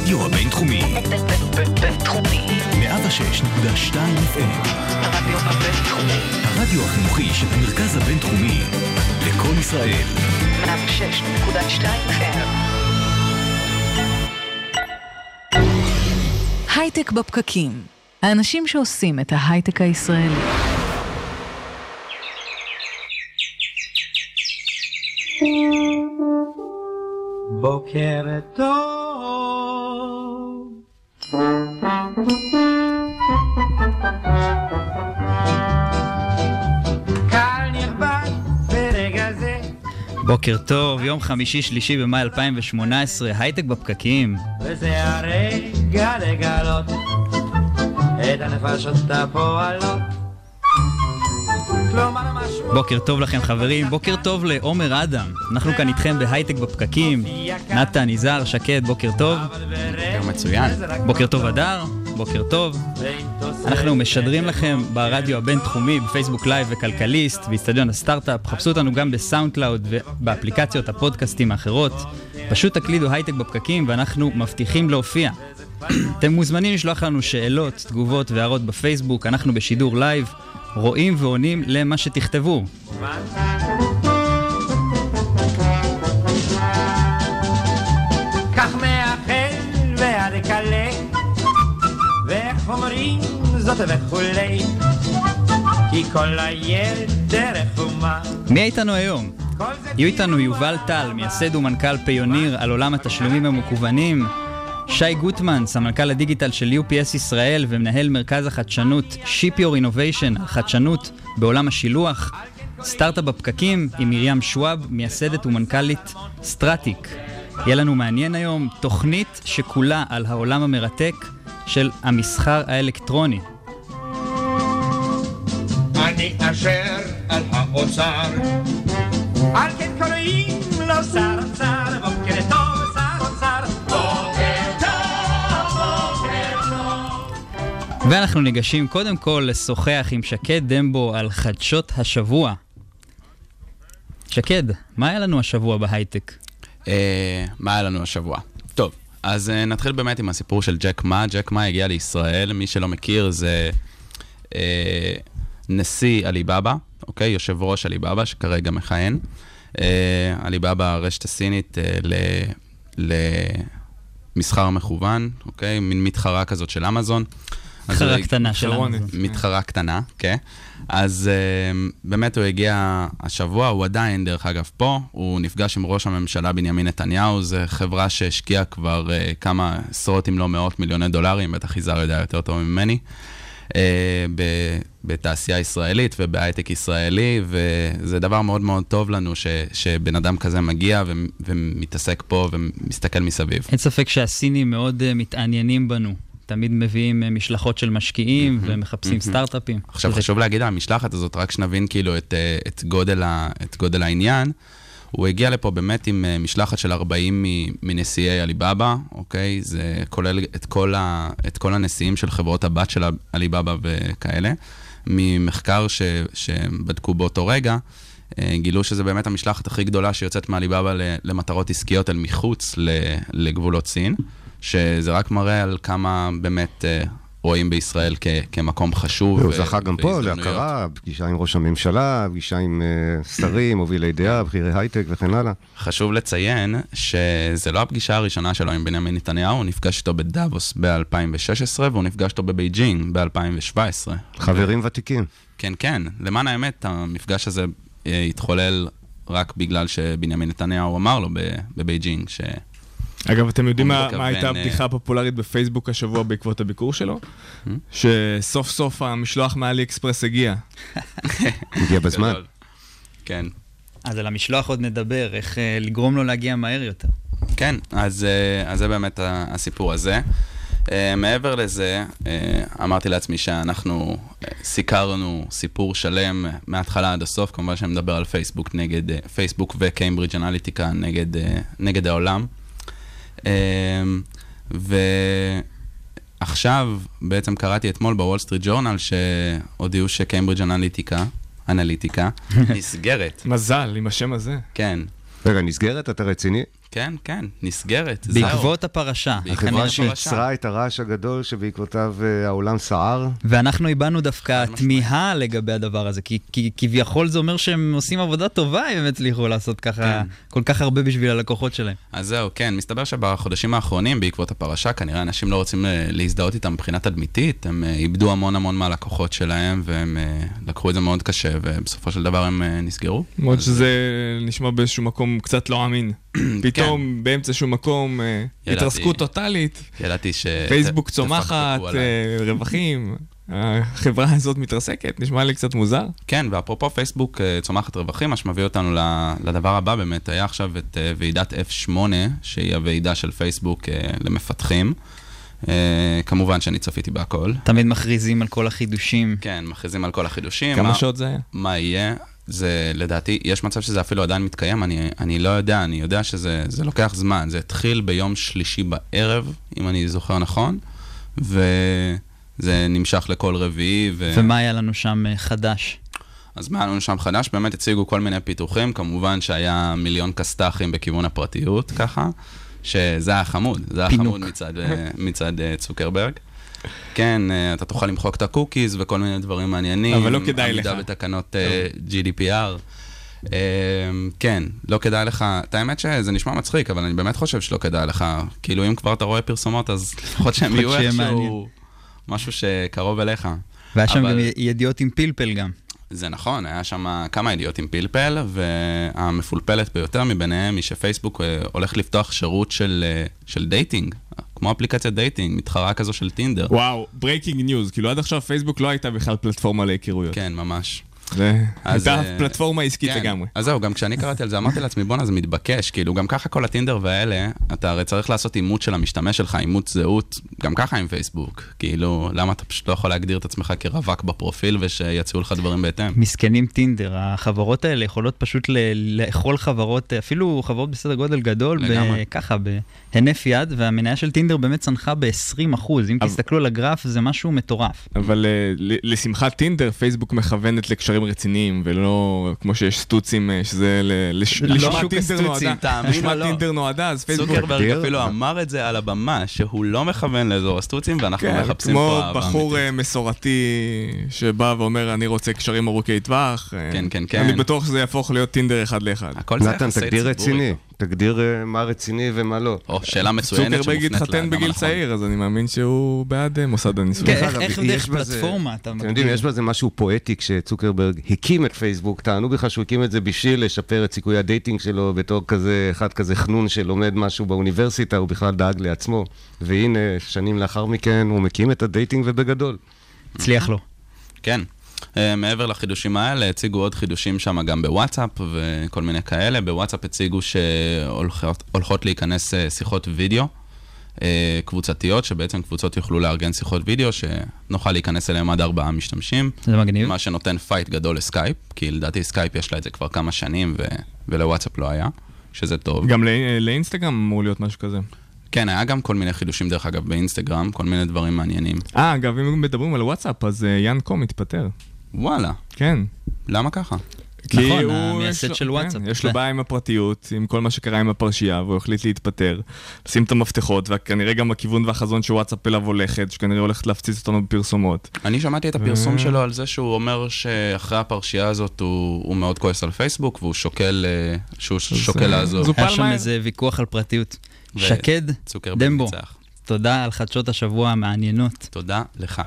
הרדיו הבינתחומי. בינתחומי. 106.2 FM. הרדיו הבינתחומי. הרדיו החינוכי של המרכז הבינתחומי. לכל ישראל. 106.2 FM. הייטק בפקקים. האנשים שעושים את ההייטק הישראלי. בוקר טוב. קהל נכבד ברגע זה. בוקר טוב, יום חמישי שלישי במאי 2018, הייטק בפקקים. וזה הרגע לגלות את הנפשות הפועלות. בוקר טוב לכם חברים, בוקר טוב לעומר אדם. אנחנו כאן איתכם בהייטק בפקקים. נתן, יזהר, שקד, בוקר טוב. בוקר מצוין. בוקר טוב אדר, בוקר טוב. אנחנו משדרים לכם ברדיו הבינתחומי, בפייסבוק לייב וכלכליסט, באצטדיון הסטארט-אפ. חפשו אותנו גם בסאונד קלאוד ובאפליקציות הפודקאסטים האחרות. פשוט תקלידו הייטק בפקקים ואנחנו מבטיחים להופיע. אתם מוזמנים לשלוח לנו שאלות, תגובות והערות בפייסבוק. אנחנו בשידור לייב. רואים ועונים למה שתכתבו. כך מאחל ועד קלה, ואיך אומרים זאת וכולי, כי כל הילד דרך ומה. מי איתנו היום? יהיו איתנו יובל טל, מייסד ומנכ"ל פיוניר על עולם התשלומים המקוונים, שי גוטמן, סמנכ"ל הדיגיטל של UPS ישראל ומנהל מרכז החדשנות Ship Your Innovation, החדשנות בעולם השילוח, סטארט-אפ בפקקים עם מרים שוואב, מייסדת ומנכ"לית סטרטיק. יהיה לנו מעניין היום תוכנית שכולה על העולם המרתק של המסחר האלקטרוני. אני אשר על האוצר, על כן קוראים לו שר אוצר, בוקר טוב שר אוצר, ואנחנו ניגשים קודם כל לשוחח עם שקד דמבו על חדשות השבוע. שקד, מה היה לנו השבוע בהייטק? מה היה לנו השבוע? טוב, אז נתחיל באמת עם הסיפור של ג'ק מה. ג'ק מה הגיע לישראל, מי שלא מכיר זה נשיא אליבאבא, אוקיי? יושב ראש אליבאבא שכרגע מכהן. אליבאבא הרשת הסינית למסחר מכוון, אוקיי? מין מתחרה כזאת של אמזון. מתחרה קטנה של אמזון. מתחרה קטנה, כן. אז באמת הוא הגיע השבוע, הוא עדיין דרך אגב פה, הוא נפגש עם ראש הממשלה בנימין נתניהו, זו חברה שהשקיעה כבר כמה עשרות אם לא מאות מיליוני דולרים, בטח יזהר יודע יותר טוב ממני, בתעשייה ישראלית ובהייטק ישראלי, וזה דבר מאוד מאוד טוב לנו שבן אדם כזה מגיע ומתעסק פה ומסתכל מסביב. אין ספק שהסינים מאוד מתעניינים בנו. תמיד מביאים משלחות של משקיעים ומחפשים סטארט-אפים. עכשיו חשוב להגיד על המשלחת הזאת, רק שנבין כאילו את גודל העניין. הוא הגיע לפה באמת עם משלחת של 40 מנשיאי אליבאבא, אוקיי? זה כולל את כל הנשיאים של חברות הבת של אליבאבא וכאלה. ממחקר שבדקו באותו רגע, גילו שזה באמת המשלחת הכי גדולה שיוצאת מאליבאבא למטרות עסקיות אל מחוץ לגבולות סין. שזה רק מראה על כמה באמת רואים בישראל כמקום חשוב. הוא זכה גם פה להכרה, פגישה עם ראש הממשלה, פגישה עם שרים, מובילי דעה, בכירי הייטק וכן הלאה. חשוב לציין שזה לא הפגישה הראשונה שלו עם בנימין נתניהו, הוא נפגש איתו בדאבוס ב-2016, והוא נפגש איתו בבייג'ינג ב-2017. חברים ותיקים. כן, כן. למען האמת, המפגש הזה התחולל רק בגלל שבנימין נתניהו אמר לו בבייג'ינג אגב, אתם יודעים מה הייתה הבדיחה הפופולרית בפייסבוק השבוע בעקבות הביקור שלו? שסוף סוף המשלוח מאלי אקספרס הגיע. הגיע בזמן. כן. אז על המשלוח עוד נדבר, איך לגרום לו להגיע מהר יותר. כן, אז זה באמת הסיפור הזה. מעבר לזה, אמרתי לעצמי שאנחנו סיקרנו סיפור שלם מההתחלה עד הסוף, כמובן שאני מדבר על פייסבוק וקיימברידג' אנליטיקה נגד העולם. ועכשיו בעצם קראתי אתמול בוול סטריט ג'ורנל שהודיעו שקיימברידג' אנליטיקה נסגרת. מזל עם השם הזה. כן. רגע, נסגרת? אתה רציני? כן, כן, נסגרת. בעקבות הפרשה. החברה שיצרה את הרעש הגדול שבעקבותיו העולם סער. ואנחנו איבדנו דווקא תמיהה לגבי הדבר הזה, כי כביכול זה אומר שהם עושים עבודה טובה אם הם הצליחו לעשות ככה כל כך הרבה בשביל הלקוחות שלהם. אז זהו, כן, מסתבר שבחודשים האחרונים בעקבות הפרשה, כנראה אנשים לא רוצים להזדהות איתם מבחינה תדמיתית, הם איבדו המון מהלקוחות שלהם, והם לקחו את זה מאוד קשה, ובסופו של דבר הם נסגרו. מאוד שזה נשמע באיזשהו מקום קצת לא אמין. פתאום באמצע איזשהו מקום התרסקות טוטלית. ידעתי ש... פייסבוק צומחת, רווחים. החברה הזאת מתרסקת, נשמע לי קצת מוזר. כן, ואפרופו פייסבוק צומחת רווחים, מה שמביא אותנו לדבר הבא באמת, היה עכשיו את ועידת F8, שהיא הוועידה של פייסבוק למפתחים. כמובן שאני צפיתי בהכל. תמיד מכריזים על כל החידושים. כן, מכריזים על כל החידושים. כמה שעות זה היה? מה יהיה? זה, לדעתי, יש מצב שזה אפילו עדיין מתקיים, אני לא יודע, אני יודע שזה לוקח זמן. זה התחיל ביום שלישי בערב, אם אני זוכר נכון, וזה נמשך לכל רביעי. ומה היה לנו שם חדש? אז מה היה לנו שם חדש? באמת הציגו כל מיני פיתוחים, כמובן שהיה מיליון קסטחים בכיוון הפרטיות, ככה, שזה היה חמוד, זה היה חמוד מצד צוקרברג. כן, אתה תוכל למחוק את הקוקיז וכל מיני דברים מעניינים. אבל לא כדאי לך. עמידה בתקנות GDPR. כן, לא כדאי לך. את האמת שזה נשמע מצחיק, אבל אני באמת חושב שלא כדאי לך. כאילו, אם כבר אתה רואה פרסומות, אז לפחות שהם יהיו איכשהו משהו שקרוב אליך. והיה שם גם ידיעות עם פלפל גם. זה נכון, היה שם כמה ידיעות עם פלפל, והמפולפלת ביותר מביניהם היא שפייסבוק הולך לפתוח שירות של דייטינג, כמו אפליקציית דייטינג, מתחרה כזו של טינדר. וואו, ברייקינג ניוז, כאילו עד עכשיו פייסבוק לא הייתה בכלל פלטפורמה להיכרויות. כן, ממש. הייתה פלטפורמה עסקית לגמרי. אז זהו, גם כשאני קראתי על זה, אמרתי לעצמי, בונה, זה מתבקש, כאילו, גם ככה כל הטינדר והאלה, אתה הרי צריך לעשות אימות של המשתמש שלך, אימות זהות, גם ככה עם פייסבוק. כאילו, למה אתה פשוט לא יכול להגדיר את עצמך כרווק בפרופיל, ושיציעו לך דברים בהתאם? מסכנים טינדר, החברות האלה יכולות פשוט לאכול חברות, אפילו חברות בסדר גודל גדול, ככה, בהנף יד, והמניה של טינדר באמת צנחה ב-20%. אם תסתכלו על הגרף, זה משהו מטורף. אבל לשמחת טינדר, פייסבוק מכוונת לקשרים רציניים, ולא כמו שיש סטוצים, שזה לשמה טינדר נועדה, אז פייסבוק... צוקרברג אפילו אמר את זה על הבמה, שהוא לא מכוון לאזור הסטוצים, ואנחנו מחפשים פה כמו בחור מסורתי שבא ואומר, אני רוצה קשרים ארוכי טווח. כן, כן, כן. אני בטוח שזה יהפוך להיות טינדר אחד לאחד. נתן, תגדיר רציני. תגדיר מה רציני ומה לא. או, שאלה מצוינת שמופנית צוקרברג התחתן בגיל צעיר, אז אני מאמין שהוא בעד מוסד הניסוי. איך דרך פלטפורמה אתה אתם יודעים, יש בזה משהו פואטי כשצוקרברג הקים את פייסבוק, טענו בכלל שהוא הקים את זה בשביל לשפר את סיכויי הדייטינג שלו, בתור כזה, אחד כזה חנון שלומד משהו באוניברסיטה, הוא בכלל דאג לעצמו. והנה, שנים לאחר מכן, הוא מקים את הדייטינג ובגדול. הצליח לו. כן. מעבר לחידושים האלה, הציגו עוד חידושים שם גם בוואטסאפ וכל מיני כאלה. בוואטסאפ הציגו שהולכות להיכנס שיחות וידאו קבוצתיות, שבעצם קבוצות יוכלו לארגן שיחות וידאו, שנוכל להיכנס אליהם עד 4 משתמשים. זה מגניב. מה שנותן פייט גדול לסקייפ, כי לדעתי סקייפ יש לה את זה כבר כמה שנים, ולוואטסאפ לא היה, שזה טוב. גם לאינסטגרם אמור להיות משהו כזה. כן, היה גם כל מיני חידושים דרך אגב באינסטגרם, כל מיני דברים מעניינים. אגב, אם מדברים על וואטסאפ, אז יאן קום מתפטר. וואלה. כן. למה ככה? נכון, המייסד של וואטסאפ. יש לו בעיה עם הפרטיות, עם כל מה שקרה עם הפרשייה, והוא החליט להתפטר, לשים את המפתחות, וכנראה גם הכיוון והחזון שוואטסאפ אליו הולכת, שכנראה הולכת להפציץ אותנו בפרסומות. אני שמעתי את הפרסום שלו על זה שהוא אומר שאחרי הפרשייה הזאת הוא מאוד כועס על פייסבוק, והוא שוקל לעזוב. היה שם איזה ויכוח על פרטיות. שקד, דמבו, תודה על חדשות השבוע המעניינות. תודה לך.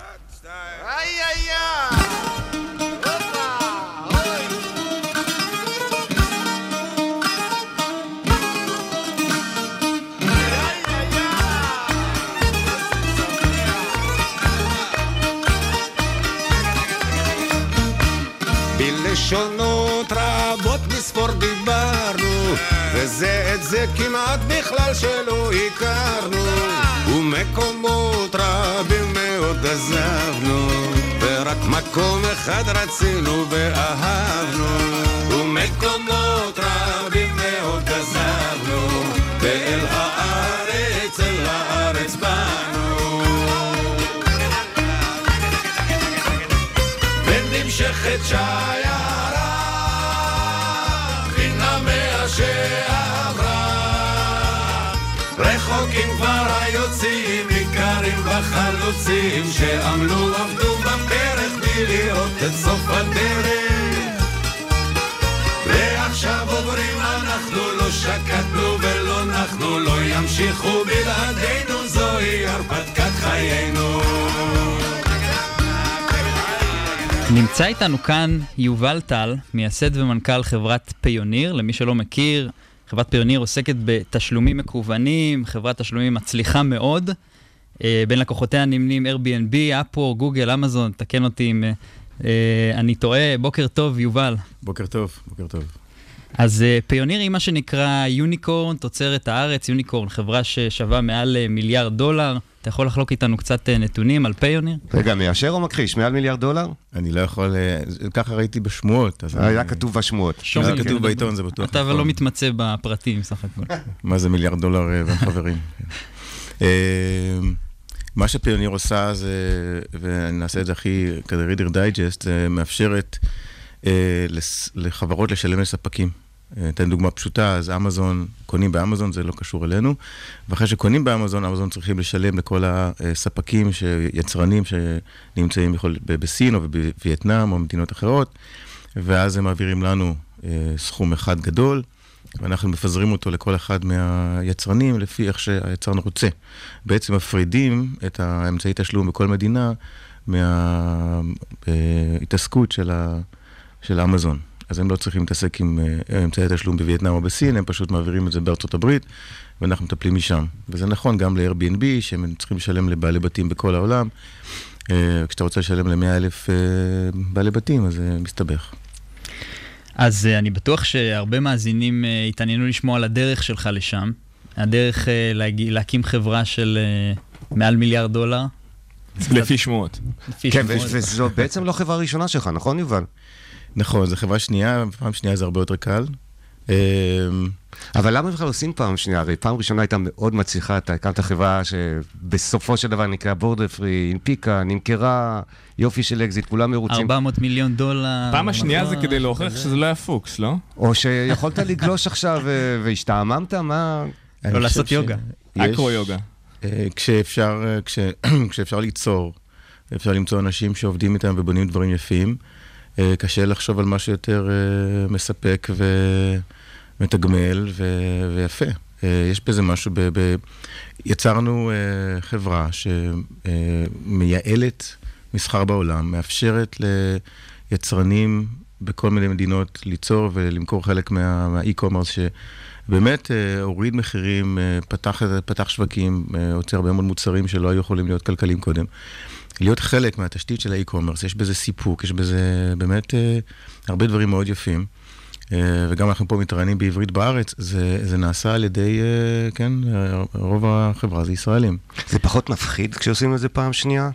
בלשונות רבות מספור דיברנו, וזה את זה כמעט בכלל שלא הכרנו, ומקומות רבים מאוד עזבנו, ורק מקום אחד רצינו ואהבנו, ומקומות רבים מאוד עזבנו, ואל הארץ, אל הארץ באנו, ונמשכת שיירה מן המאה שעברה, רחוקים כבר היוצאים, ניכרים בחלוצים שעמלו עבדו בפרק בלי לראות את סוף הדרך. ועכשיו עוברים אנחנו, לא שקטנו ולא נחנו, לא ימשיכו בלעדינו, זוהי הרפתקת חיינו. נמצא איתנו כאן יובל טל, מייסד ומנכ"ל חברת פיוניר. למי שלא מכיר, חברת פיוניר עוסקת בתשלומים מקוונים, חברת תשלומים מצליחה מאוד. בין לקוחותיה נמנים Airbnb, אפור, גוגל, אמזון, תקן אותי אם אני טועה. בוקר טוב, יובל. בוקר טוב, בוקר טוב. אז פיוניר היא מה שנקרא יוניקורן, תוצרת הארץ. יוניקורן, חברה ששווה מעל $1 מיליארד. אתה יכול לחלוק איתנו קצת נתונים על פיוניר? רגע, מיישר או מכחיש? מעל $1 מיליארד? אני לא יכול, ככה ראיתי בשמועות. היה כתוב בשמועות. היה כתוב בעיתון, זה בטוח. אתה אבל לא מתמצא בפרטים, סך הכל. מה זה $1 מיליארד בין חברים? מה שפיוניר עושה זה, ונעשה את זה הכי כזה רידר דייג'סט, זה מאפשרת לחברות לשלם לספקים. אתן דוגמה פשוטה, אז אמזון, קונים באמזון, זה לא קשור אלינו, ואחרי שקונים באמזון, אמזון צריכים לשלם לכל הספקים, יצרנים שנמצאים בסין או בווייטנאם או במדינות אחרות, ואז הם מעבירים לנו סכום אחד גדול, ואנחנו מפזרים אותו לכל אחד מהיצרנים לפי איך שהיצרן רוצה. בעצם מפרידים את האמצעי תשלום בכל מדינה מההתעסקות של אמזון. אז הם לא צריכים להתעסק עם אמצעי תשלום בווייטנאם או בסין, הם פשוט מעבירים את זה בארצות הברית, ואנחנו מטפלים משם. וזה נכון גם ל-Airbnb, שהם צריכים לשלם לבעלי בתים בכל העולם. כשאתה רוצה לשלם ל100,000 בעלי בתים, אז זה מסתבך. אז אני בטוח שהרבה מאזינים התעניינו לשמוע על הדרך שלך לשם. הדרך להקים חברה של מעל $1 מיליארד. לפי שמועות. כן, וזו בעצם לא חברה ראשונה שלך, נכון יובל? נכון, זו חברה שנייה, פעם שנייה זה הרבה יותר קל. אבל למה בכלל עושים פעם שנייה? הרי פעם ראשונה הייתה מאוד מצליחה, אתה הקמת חברה שבסופו של דבר נקרא בורדר פרי, הנפיקה, נמכרה, יופי של אקזיט, כולם מרוצים. $400 מיליון. פעם השנייה זה כדי להוכיח שזה לא היה פוקס, לא? או שיכולת לגלוש עכשיו והשתעממת, מה? לא לעשות יוגה. אקרו יוגה. כשאפשר ליצור, אפשר למצוא אנשים שעובדים איתם ובונים דברים יפים, קשה לחשוב על משהו יותר מספק ומתגמל ויפה. יש בזה משהו, יצרנו חברה שמייעלת מסחר בעולם, מאפשרת ליצרנים בכל מיני מדינות ליצור ולמכור חלק מהאי-קומרס שבאמת הוריד מחירים, פתח שווקים, הוציא הרבה מאוד מוצרים שלא היו יכולים להיות כלכליים קודם. להיות חלק מהתשתית של האי-קומרס, יש בזה סיפוק, יש בזה באמת הרבה דברים מאוד יפים, וגם אנחנו פה מתראיינים בעברית בארץ, זה נעשה על ידי, כן, רוב החברה זה ישראלים. זה פחות מפחיד כשעושים את זה פעם שנייה?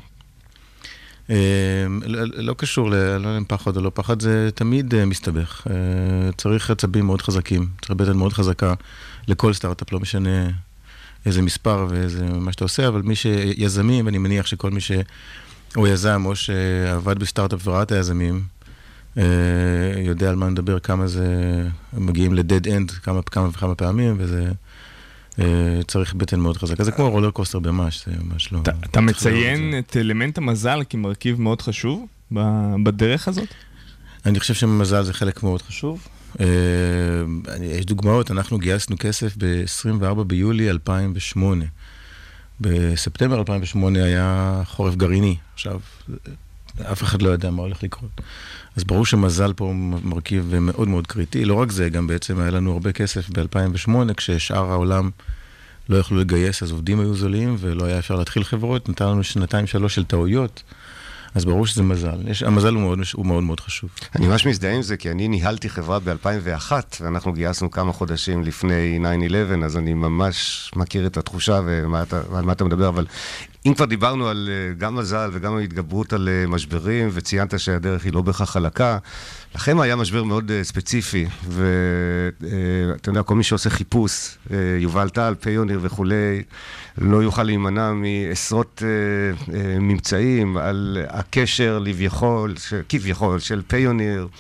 לא קשור, לא פחד או לא פחד, זה תמיד מסתבך. צריך עצבים מאוד חזקים, צריך בטן מאוד חזקה לכל סטארט-אפ, לא משנה איזה מספר ואיזה מה שאתה עושה, אבל מי שיזמים, ואני מניח שכל מי שהוא יזם או שעבד בסטארט-אפ וראה את היזמים, יודע על מה נדבר, כמה זה מגיעים לדד אנד כמה וכמה פעמים, וזה צריך בטן מאוד חזק. אז זה כמו רולר קוסטר במש, זה ממש לא... אתה מציין את אלמנט המזל כמרכיב מאוד חשוב בדרך הזאת? אני חושב שמזל זה חלק מאוד חשוב. יש דוגמאות, אנחנו גייסנו כסף ב-24 ביולי 2008. בספטמבר 2008 היה חורף גרעיני. עכשיו, אף אחד לא יודע מה הולך לקרות. אז ברור שמזל פה מרכיב מאוד מאוד קריטי. לא רק זה, גם בעצם היה לנו הרבה כסף ב-2008, כששאר העולם לא יכלו לגייס, אז עובדים היו זולים, ולא היה אפשר להתחיל חברות. נתן לנו 2-3 של טעויות. אז ברור שזה מזל. המזל הוא מאוד מאוד חשוב. אני ממש מזדהה עם זה, כי אני ניהלתי חברה ב-2001, ואנחנו גייסנו כמה חודשים לפני 9/11, אז אני ממש מכיר את התחושה ועל מה אתה מדבר, אבל אם כבר דיברנו על גם מזל וגם התגברות על משברים, וציינת שהדרך היא לא בכך חלקה, לכם היה משבר מאוד ספציפי, ואתה יודע, כל מי שעושה חיפוש, יובל טל, פיוניר וכולי, לא יוכל להימנע מעשרות ממצאים על הקשר כביכול של פיוניר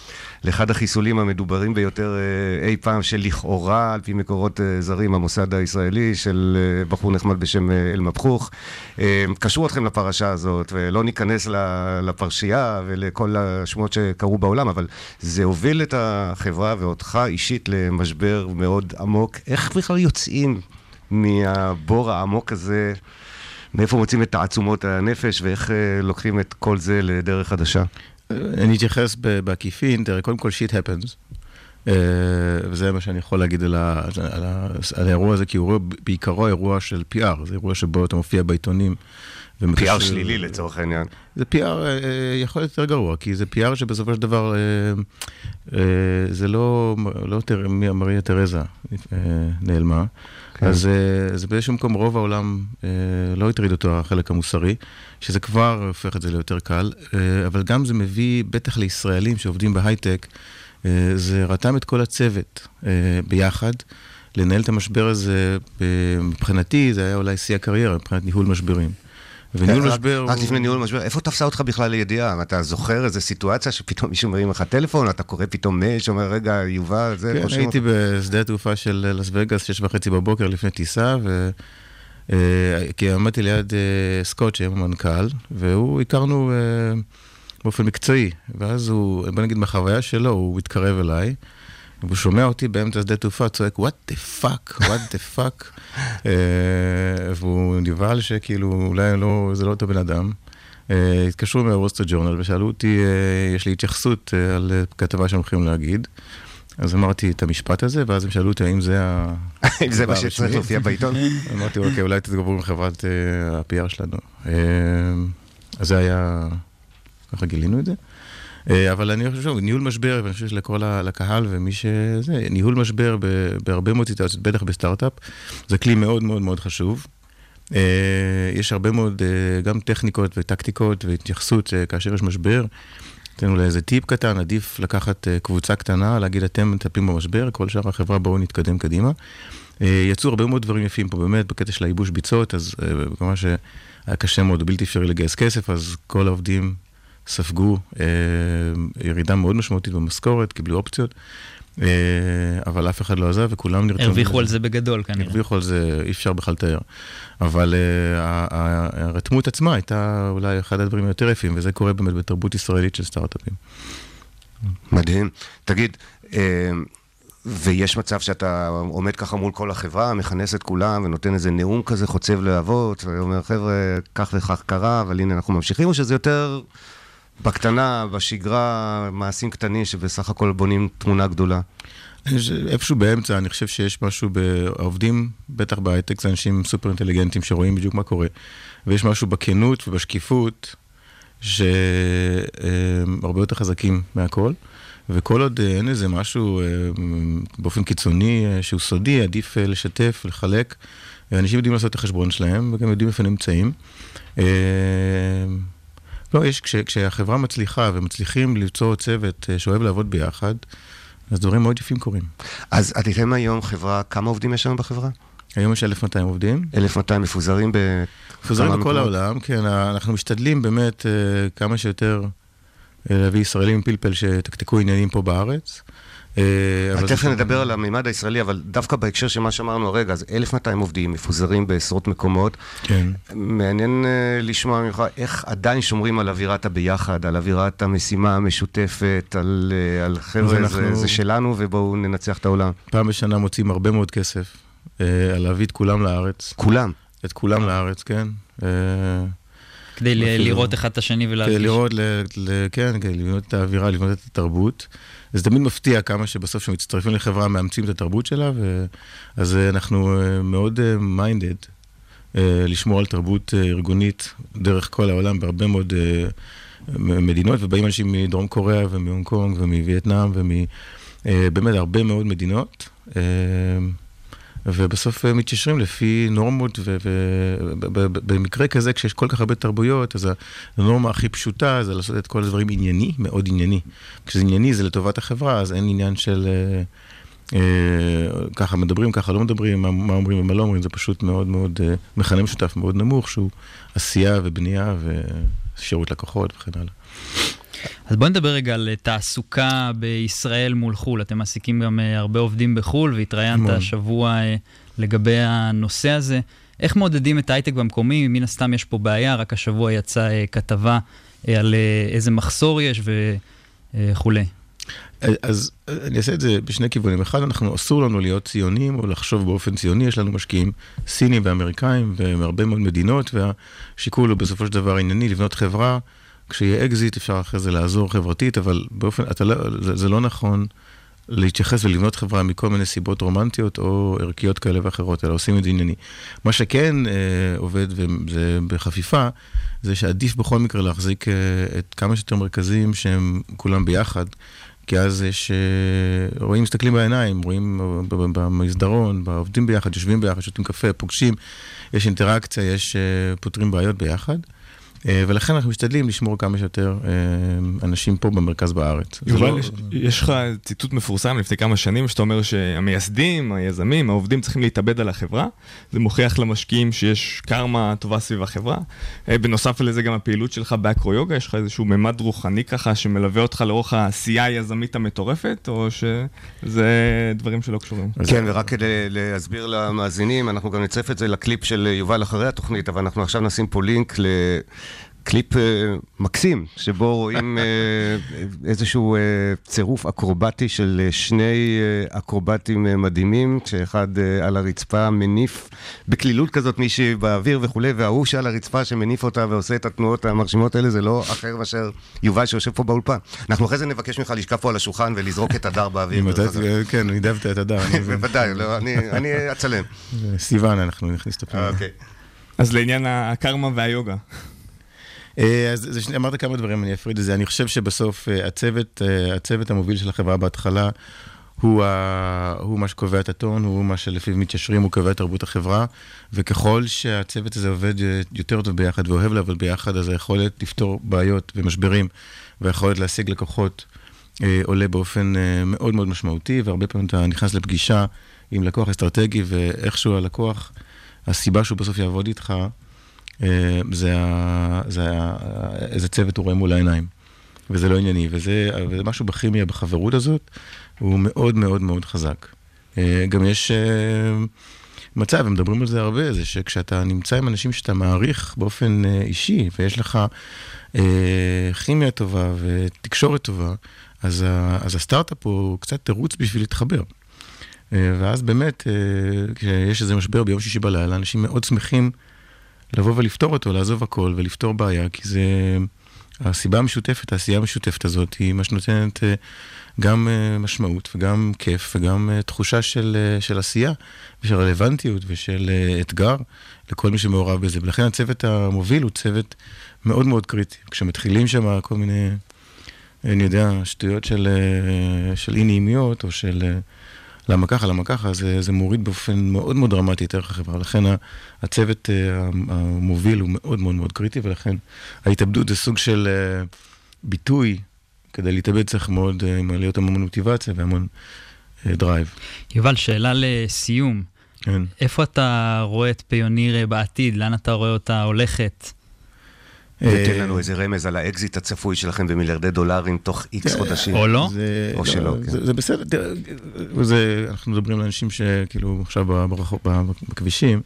לאחד החיסולים המדוברים ביותר אי פעם, שלכאורה, על פי מקורות זרים, המוסד הישראלי, של בחור נחמד בשם אל-מבחוך. קשרו אתכם לפרשה הזאת, ולא ניכנס לפרשייה ולכל השמועות שקרו בעולם, אבל זה הוביל את החברה ואותך אישית למשבר מאוד עמוק. איך בכלל יוצאים מהבור העמוק הזה? מאיפה מוצאים את תעצומות הנפש, ואיך לוקחים את כל זה לדרך חדשה? אני אתייחס בעקיפין, תראה, קודם כל שיט הפנס, וזה מה שאני יכול להגיד על האירוע הזה, כי הוא בעיקרו אירוע של PR, זה אירוע שבו אתה מופיע בעיתונים. PR שלילי לצורך העניין. זה PR יכול להיות יותר גרוע, כי זה PR שבסופו של דבר, זה לא מריה תרזה נעלמה, אז זה באיזשהו מקום רוב העולם לא יטריד אותו החלק המוסרי, שזה כבר הופך את זה ליותר קל, אבל גם זה מביא, בטח לישראלים שעובדים בהייטק, זה רתם את כל הצוות ביחד, לנהל את המשבר הזה, מבחינתי זה היה אולי שיא הקריירה, מבחינת ניהול משברים. וניהול משבר... רק לפני ניהול משבר, איפה תפסה אותך בכלל לידיעה? אתה זוכר איזו סיטואציה שפתאום מישהו מרים לך טלפון, אתה קורא פתאום מייל שאומר, רגע, יובל, זה... כן, הייתי בשדה התעופה של לס וגאס, 6:30 בבוקר לפני טיסה, כי עמדתי ליד סקוט, שהיה המנכ"ל, והוא הכרנו באופן מקצועי, ואז הוא, בוא נגיד, בחוויה שלו, הוא התקרב אליי, והוא שומע אותי באמצע שדה תעופה, צועק, what the fuck? והוא נבהל שכאילו, אולי זה לא אותו בן אדם. התקשרו מהוול סטריט ג'ורנל ושאלו אותי, יש לי התייחסות על כתבה שהם הולכים להגיד. אז אמרתי את המשפט הזה, ואז הם שאלו אותי, האם זה מה שצריך להופיע בעיתון? אמרתי, אוקיי, אולי תתגברו עם חברת ה-PR שלנו. אז זה היה, ככה גילינו את זה. אבל אני חושב, ניהול משבר, ואני חושב שלכל לקהל ומי שזה, ניהול משבר בהרבה מאוד סיטואציות, בטח בסטארט-אפ, זה כלי מאוד מאוד מאוד חשוב. יש הרבה מאוד גם טכניקות וטקטיקות והתייחסות כאשר יש משבר. תנו לאיזה טיפ קטן, עדיף לקחת קבוצה קטנה, להגיד אתם מטפלים במשבר, כל שאר החברה בואו נתקדם קדימה. יצאו הרבה מאוד דברים יפים פה באמת, בקטע של הייבוש ביצות, אז כמובן שהיה קשה מאוד, בלתי אפשרי לגייס כסף, אז כל העובדים ספגו ירידה מאוד משמעותית במשכורת, קיבלו אופציות, אבל אף אחד לא עזב וכולם נרתמו. הרוויחו על זה בגדול כנראה. הרוויחו על זה, אי אפשר בכלל לתאר. אבל הרתמות עצמה הייתה אולי אחד הדברים היותר יפים, וזה קורה באמת בתרבות ישראלית של סטארט-אפים. מדהים. תגיד, ויש מצב שאתה עומד ככה מול כל החברה, מכנס את כולם ונותן איזה נאום כזה חוצב להבות, ואומר, חבר'ה, כך וכך קרה, אבל הנה אנחנו ממשיכים, או שזה יותר בקטנה, בשגרה, מעשים קטנים שבסך הכל בונים תמונה גדולה? איפשהו באמצע, אני חושב שיש משהו בעובדים, בטח בהייטק, זה אנשים סופר אינטליגנטים שרואים בדיוק מה קורה, ויש משהו בכנות ובשקיפות, שהרבה יותר חזקים מהכל, וכל עוד אין איזה משהו באופן קיצוני שהוא סודי, עדיף לשתף, לחלק, אנשים יודעים לעשות את החשבון שלהם, וגם יודעים איפה נמצאים. לא, יש, כשהחברה מצליחה ומצליחים ליצור צוות שאוהב לעבוד ביחד, אז דברים מאוד יפים קורים. אז אתם היום חברה, כמה עובדים יש לנו בחברה? היום יש 1,200 עובדים. 1,200 מפוזרים מפוזרים בכל העולם, כן, אנחנו משתדלים באמת כמה שיותר להביא ישראלים פלפל שתקתקו עניינים פה בארץ. תכף נדבר על המימד הישראלי, אבל דווקא בהקשר של מה שאמרנו הרגע, אז 1,200 עובדים מפוזרים בעשרות מקומות. כן. מעניין לשמוע ממך איך עדיין שומרים על אווירת הביחד, על אווירת המשימה המשותפת, על חבר'ה, זה שלנו ובואו ננצח את העולם. פעם בשנה מוצאים הרבה מאוד כסף על להביא את כולם לארץ. כולם? את כולם לארץ, כן. כדי לראות אחד את השני ולהרגיש. לראות, כן, כדי לבנות את האווירה, לבנות את התרבות. זה תמיד מפתיע כמה שבסוף שמצטרפים לחברה, מאמצים את התרבות שלה, אז אנחנו מאוד מיינדד לשמור על תרבות ארגונית דרך כל העולם, בהרבה מאוד מדינות, ובאים אנשים מדרום קוריאה ומהונג קונג ומווייטנאם ובאמת הרבה מאוד מדינות. ובסוף מתיישרים לפי נורמות, ובמקרה כזה, כשיש כל כך הרבה תרבויות, אז הנורמה הכי פשוטה זה לעשות את כל הדברים ענייני, מאוד ענייני. כשזה ענייני זה לטובת החברה, אז אין עניין של ככה מדברים, ככה לא מדברים, מה אומרים ומה לא אומרים, זה פשוט מאוד מאוד מכנה משותף מאוד נמוך, שהוא עשייה ובנייה ושירות לקוחות וכן הלאה. אז בואו נדבר רגע על תעסוקה בישראל מול חול. אתם מעסיקים גם הרבה עובדים בחול, והתראיינת השבוע לגבי הנושא הזה. איך מעודדים את ההייטק במקומי? מן הסתם יש פה בעיה, רק השבוע יצא כתבה על איזה מחסור יש וכו'. אז אני אעשה את זה בשני כיוונים. אחד, אסור לנו להיות ציונים או לחשוב באופן ציוני. יש לנו משקיעים סינים ואמריקאים ומהרבה מאוד מדינות, והשיקול הוא בסופו של דבר ענייני לבנות חברה. כשיהיה אקזיט אפשר אחרי זה לעזור חברתית, אבל זה לא נכון להתייחס ולבנות חברה מכל מיני סיבות רומנטיות או ערכיות כאלה ואחרות, אלא עושים את זה ענייני. מה שכן עובד, וזה בחפיפה, זה שעדיף בכל מקרה להחזיק את כמה שיותר מרכזים שהם כולם ביחד, כי אז יש, רואים, מסתכלים בעיניים, רואים במסדרון, עובדים ביחד, יושבים ביחד, שותים קפה, פוגשים, יש אינטראקציה, יש פותרים בעיות ביחד. ולכן אנחנו משתדלים לשמור כמה שיותר אנשים פה במרכז בארץ. יובל, יש לך ציטוט מפורסם לפני כמה שנים, שאתה אומר שהמייסדים, היזמים, העובדים צריכים להתאבד על החברה. זה מוכיח למשקיעים שיש קרמה טובה סביב החברה. בנוסף לזה גם הפעילות שלך באקרו-יוגה, יש לך איזשהו ממד רוחני ככה שמלווה אותך לאורך העשייה היזמית המטורפת, או שזה דברים שלא קשורים? כן, ורק כדי להסביר למאזינים, אנחנו גם נצרף את זה לקליפ של יובל אחרי התוכנית, אבל אנחנו עכשיו נשים פה לינק קליפ מקסים, שבו רואים איזשהו צירוף אקרובטי של שני אקרובטים מדהימים, שאחד על הרצפה מניף בכלילות כזאת מישהי באוויר וכו', וההוא שעל הרצפה שמניף אותה ועושה את התנועות המרשימות האלה, זה לא אחר מאשר יובל שיושב פה באולפן. אנחנו אחרי זה נבקש ממך לשכב פה על השולחן ולזרוק את הדר באוויר. כן, אני דווקא את הדר. בוודאי, אני אצלם. סיוון, אנחנו נכניס את הפעם. אז לעניין הקרמה והיוגה. אז אמרת כמה דברים, אני אפריד את זה. אני חושב שבסוף הצוות המוביל של החברה בהתחלה הוא מה שקובע את הטון, הוא מה שלפיו מתיישרים, הוא קובע את תרבות החברה, וככל שהצוות הזה עובד יותר טוב ביחד ואוהב לעבוד ביחד, אז היכולת לפתור בעיות ומשברים, והיכולת להשיג לקוחות עולה באופן מאוד מאוד משמעותי, והרבה פעמים אתה נכנס לפגישה עם לקוח אסטרטגי, ואיכשהו הלקוח, הסיבה שהוא בסוף יעבוד איתך, איזה צוות הוא רואה מול העיניים, וזה לא ענייני, וזה משהו בכימיה, בחברות הזאת, הוא מאוד מאוד מאוד חזק. גם יש מצב, ומדברים על זה הרבה, זה שכשאתה נמצא עם אנשים שאתה מעריך באופן אישי, ויש לך כימיה טובה ותקשורת טובה, אז הסטארט-אפ הוא קצת תירוץ בשביל להתחבר. ואז באמת, כשיש איזה משבר ביום שישי בלילה, אנשים מאוד שמחים לבוא ולפתור אותו, לעזוב הכל ולפתור בעיה, כי זה הסיבה המשותפת, העשייה המשותפת הזאת, היא מה שנותנת גם משמעות וגם כיף וגם תחושה של עשייה ושל רלוונטיות ושל אתגר לכל מי שמעורב בזה. ולכן הצוות המוביל הוא צוות מאוד מאוד קריטי. כשמתחילים שם כל מיני, אני יודע, שטויות של אי-נעימיות או של למה ככה, זה מוריד באופן מאוד מאוד דרמטי את ערך החברה. לכן הצוות המוביל הוא מאוד מאוד מאוד קריטי, ולכן ההתאבדות זה סוג של ביטוי, כדי להתאבד צריך מאוד להיות המון מוטיבציה והמון דרייב. יובל, שאלה לסיום. כן. איפה אתה רואה את פיוניר בעתיד? לאן אתה רואה אותה הולכת? ותן לנו איזה רמז על האקזיט הצפוי שלכם במיליארדי דולרים תוך איקס חודשים. או לא? או שלא, כן. זה בסדר, אנחנו מדברים לאנשים שכאילו עכשיו בכבישים,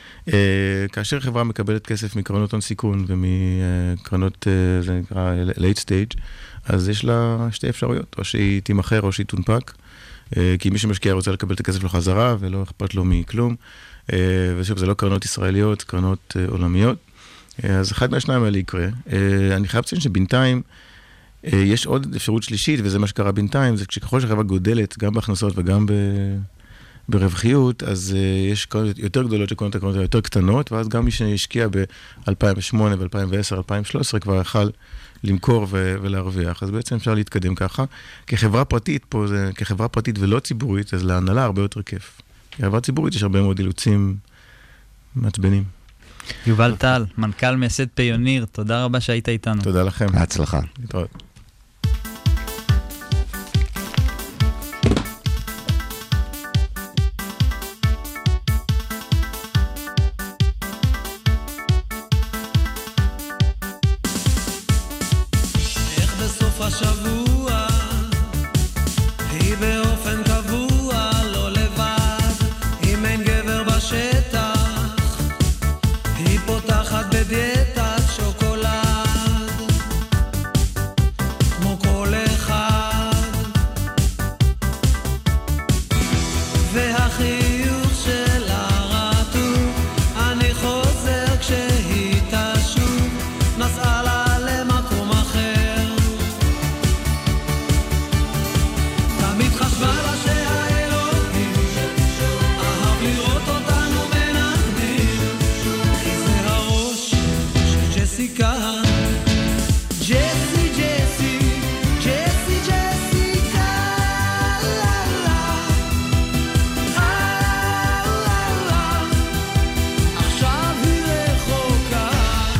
כאשר חברה מקבלת כסף מקרנות הון סיכון ומקרנות, זה נקרא late stage, אז יש לה שתי אפשרויות, או שהיא תימחר או שהיא תונפק, כי מי שמשקיע רוצה לקבל את הכסף לו חזרה ולא אכפת לו מכלום, ושוב, זה לא קרנות ישראליות, קרנות עולמיות, אז אחד מהשניים האלה יקרה. אני חייב לציין שבינתיים יש עוד אפשרות שלישית, וזה מה שקרה בינתיים, זה כשככל שהחברה גודלת, גם בהכנסות וגם ברווחיות, אז יש קרנות יותר גדולות שקונות את הקרנות היותר קטנות, ואז גם מי שהשקיע ב-2008 ו-2010, 2013 כבר יכל למכור ולהרוויח. אז בעצם אפשר להתקדם ככה. כחברה פרטית פה, כחברה פרטית ולא ציבורית, אז להנהלה הרבה יותר כיף. כחברה ציבורית יש הרבה מאוד אילוצים מעצבנים. יובל טל, מנכ"ל מייסד פיוניר, תודה רבה שהיית איתנו. תודה לכם. בהצלחה. להתראות. איך בסוף והחיוך שלה רטוב, אני חוזר כשהיא תשוב, נסעה לה למקום אחר. תמיד חשבה לה שהאלוהים אהב לראות אותנו מנגנים, כי זה הראש של ג'סיקה. ג'סי ג'סי ג'סי ג'סיקה, עכשיו היא רחוקה,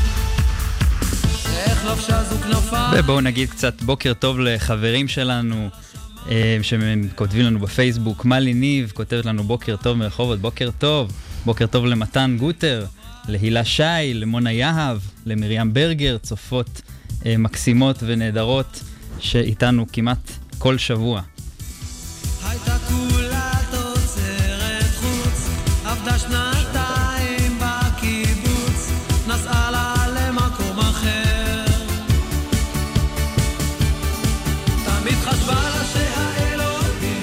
איך לבשה זו כנפה. ובואו נגיד קצת בוקר טוב לחברים שלנו שהם כותבים לנו בפייסבוק. מלי ניב כותבת לנו בוקר טוב מרחובות, בוקר טוב. בוקר טוב למתן גוטר, להילה שי, למונה יהב, למרים ברגר, צופות מקסימות ונהדרות שאיתנו כמעט כל שבוע. הייתה כולה תוצרת חוץ, עבדה שנתיים בקיבוץ, נסעה לה למקום אחר. תמיד חשבה לה שהאלוהים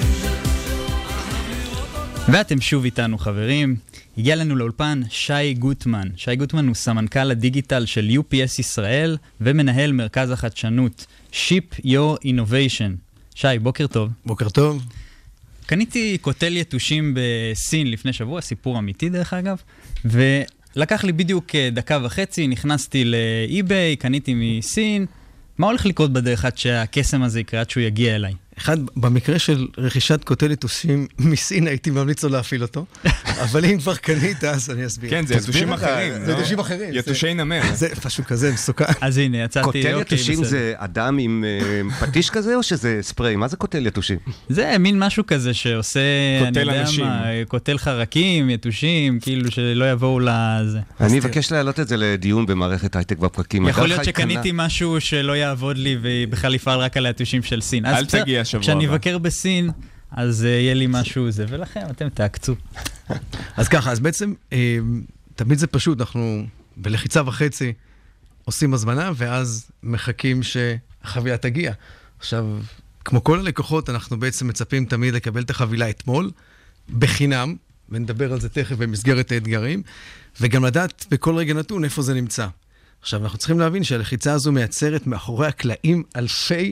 ואתם שוב איתנו חברים. הגיע לנו לאולפן שי גוטמן. שי גוטמן הוא סמנכ"ל הדיגיטל של UPS ישראל ומנהל מרכז החדשנות Ship Your Innovation. שי, בוקר טוב. בוקר טוב. קניתי קוטל יתושים בסין לפני שבוע, סיפור אמיתי דרך אגב, ולקח לי בדיוק דקה וחצי, נכנסתי לאי-ביי, קניתי מסין. מה הולך לקרות בדרך עד שהקסם הזה יקרה, עד שהוא יגיע אליי? אחד, במקרה של רכישת קוטל יתושים מסין, הייתי ממליץ לו להפעיל אותו, אבל אם כבר קנית, אז אני אסביר. כן, זה יתושים אחרים. זה יתושים אחרים. יתושי נמר. זה פשוט כזה מסוכן. אז הנה, יצאתי, קוטל יתושים זה אדם עם פטיש כזה, או שזה ספרי? מה זה קוטל יתושים? זה מין משהו כזה שעושה, אני יודע מה, קוטל חרקים, יתושים, כאילו שלא יבואו לזה. אני אבקש להעלות את זה לדיון במערכת הייטק בפרקים. יכול להיות שקניתי משהו שלא יעבוד לי, ובכלל יפעל רק על היתושים של סין. אל תגיע שבוע. כשאני אבקר בסין, אז יהיה לי משהו זה, ולכם אתם תעקצו. אז ככה, אז בעצם, תמיד זה פשוט, אנחנו בלחיצה וחצי עושים הזמנה, ואז מחכים שהחבילה תגיע. עכשיו, כמו כל הלקוחות, אנחנו בעצם מצפים תמיד לקבל את החבילה אתמול, בחינם, ונדבר על זה תכף במסגרת האתגרים, וגם לדעת בכל רגע נתון איפה זה נמצא. עכשיו, אנחנו צריכים להבין שהלחיצה הזו מייצרת מאחורי הקלעים אלפי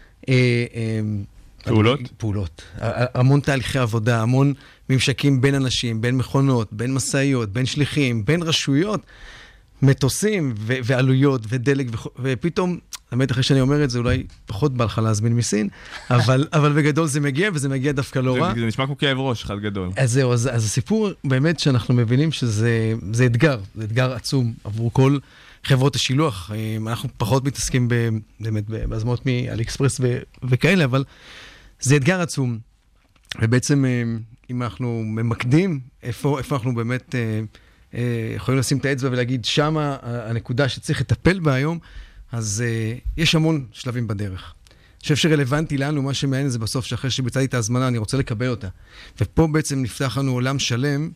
פעולות. המון תהליכי עבודה, המון ממשקים בין אנשים, בין מכונות, בין מסעיות, בין שליחים, בין רשויות, מטוסים ועלויות ודלק, ופתאום, באמת אחרי שאני אומר את זה, אולי פחות בא לך להזמין מסין, אבל בגדול זה מגיע, וזה מגיע דווקא לא רע. זה נשמע כמו כאב ראש, אחד גדול. אז זהו, אז הסיפור באמת שאנחנו מבינים שזה אתגר, זה אתגר עצום עבור כל חברות השילוח. אנחנו פחות מתעסקים באמת בהזמנות מאלי-אקספרס וכאלה, אבל זה אתגר עצום. ובעצם אם אנחנו ממקדים, איפה אנחנו באמת יכולים לשים את האצבע ולהגיד שמה הנקודה שצריך לטפל בה היום, אז יש המון שלבים בדרך. אני חושב שרלוונטי לנו, מה שמעניין זה בסוף שאחרי שביצעתי את ההזמנה, אני רוצה לקבל אותה. ופה בעצם נפתח לנו עולם שלם,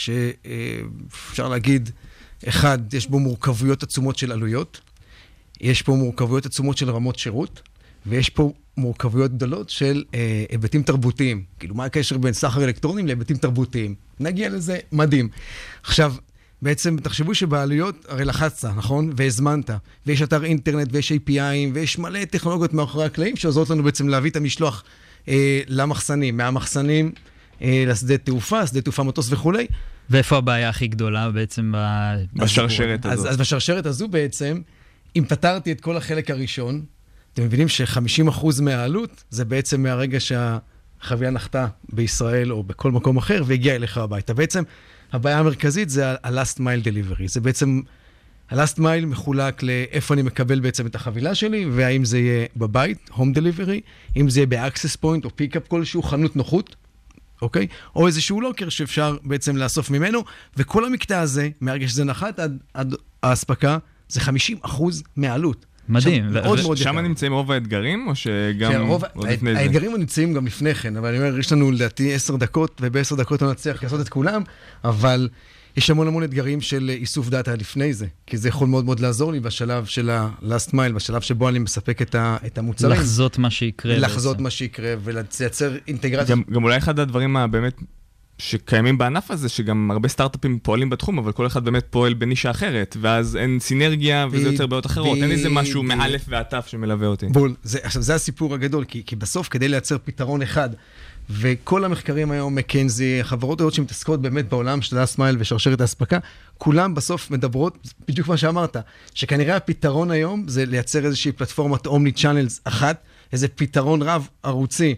שאפשר להגיד, אחד, יש בו מורכבויות עצומות של עלויות, יש פה מורכבויות עצומות של רמות שירות, ויש פה מורכבויות גדולות של היבטים תרבותיים. כאילו, מה הקשר בין סחר אלקטרונים להיבטים תרבותיים? נגיע לזה, מדהים. עכשיו, בעצם תחשבו שבעלויות, הרי לחצת, נכון? והזמנת, ויש אתר אינטרנט, ויש API'ים, ויש מלא טכנולוגיות מאחורי הקלעים, שעוזרות לנו בעצם להביא את המשלוח למחסנים, מהמחסנים לשדה תעופה, שדה תעופה מטוס וכו'. ואיפה הבעיה הכי גדולה בעצם בשרשרת הזאת? אז בשרשרת הזו בעצם, אם פתרתי את כל החלק הראשון, אתם מבינים ש50% מהעלות זה בעצם מהרגע שהחבילה נחתה בישראל או בכל מקום אחר והגיעה אליך הביתה. בעצם הבעיה המרכזית זה ה-last mile delivery. זה בעצם, ה-last mile מחולק לאיפה אני מקבל בעצם את החבילה שלי, והאם זה יהיה בבית, home delivery, אם זה יהיה ב-access point או pick-up כלשהו, חנות נוחות, אוקיי? או איזשהו לוקר שאפשר בעצם לאסוף ממנו, וכל המקטע הזה, מהרגע שזה נחת עד ההספקה, זה 50% מהעלות. מדהים. שם נמצאים רוב האתגרים, או שגם עוד לפני זה? האתגרים נמצאים גם לפני כן, אבל אני אומר, יש לנו לדעתי 10 דקות, וב10 דקות לא נצליח לעשות את כולם, אבל יש המון אתגרים של איסוף דאטה לפני זה, כי זה יכול מאוד מאוד לעזור לי בשלב של ה-last mile, בשלב שבו אני מספק את המוצרים. לחזות מה שיקרה. לחזות מה שיקרה, ולייצר אינטגרציה. גם אולי אחד הדברים הבאמת שקיימים בענף הזה, שגם הרבה סטארט-אפים פועלים בתחום, אבל כל אחד באמת פועל בנישה אחרת, ואז אין סינרגיה וזה יותר בעיות אחרות. אין איזה משהו מאלף ועטף שמלווה אותי. בול, עכשיו זה הסיפור הגדול, כי בסוף כדי לייצר פתרון אחד, וכל המחקרים היום, מקנזי, החברות היותר שמתעסקות באמת בעולם של last mile ושרשרת ההספקה, כולם בסוף מדברות, בדיוק מה שאמרת, שכנראה הפתרון היום זה לייצר איזושהי פלטפורמת אומני צ'אנלס אחת, איזה פתרון רב ערוצי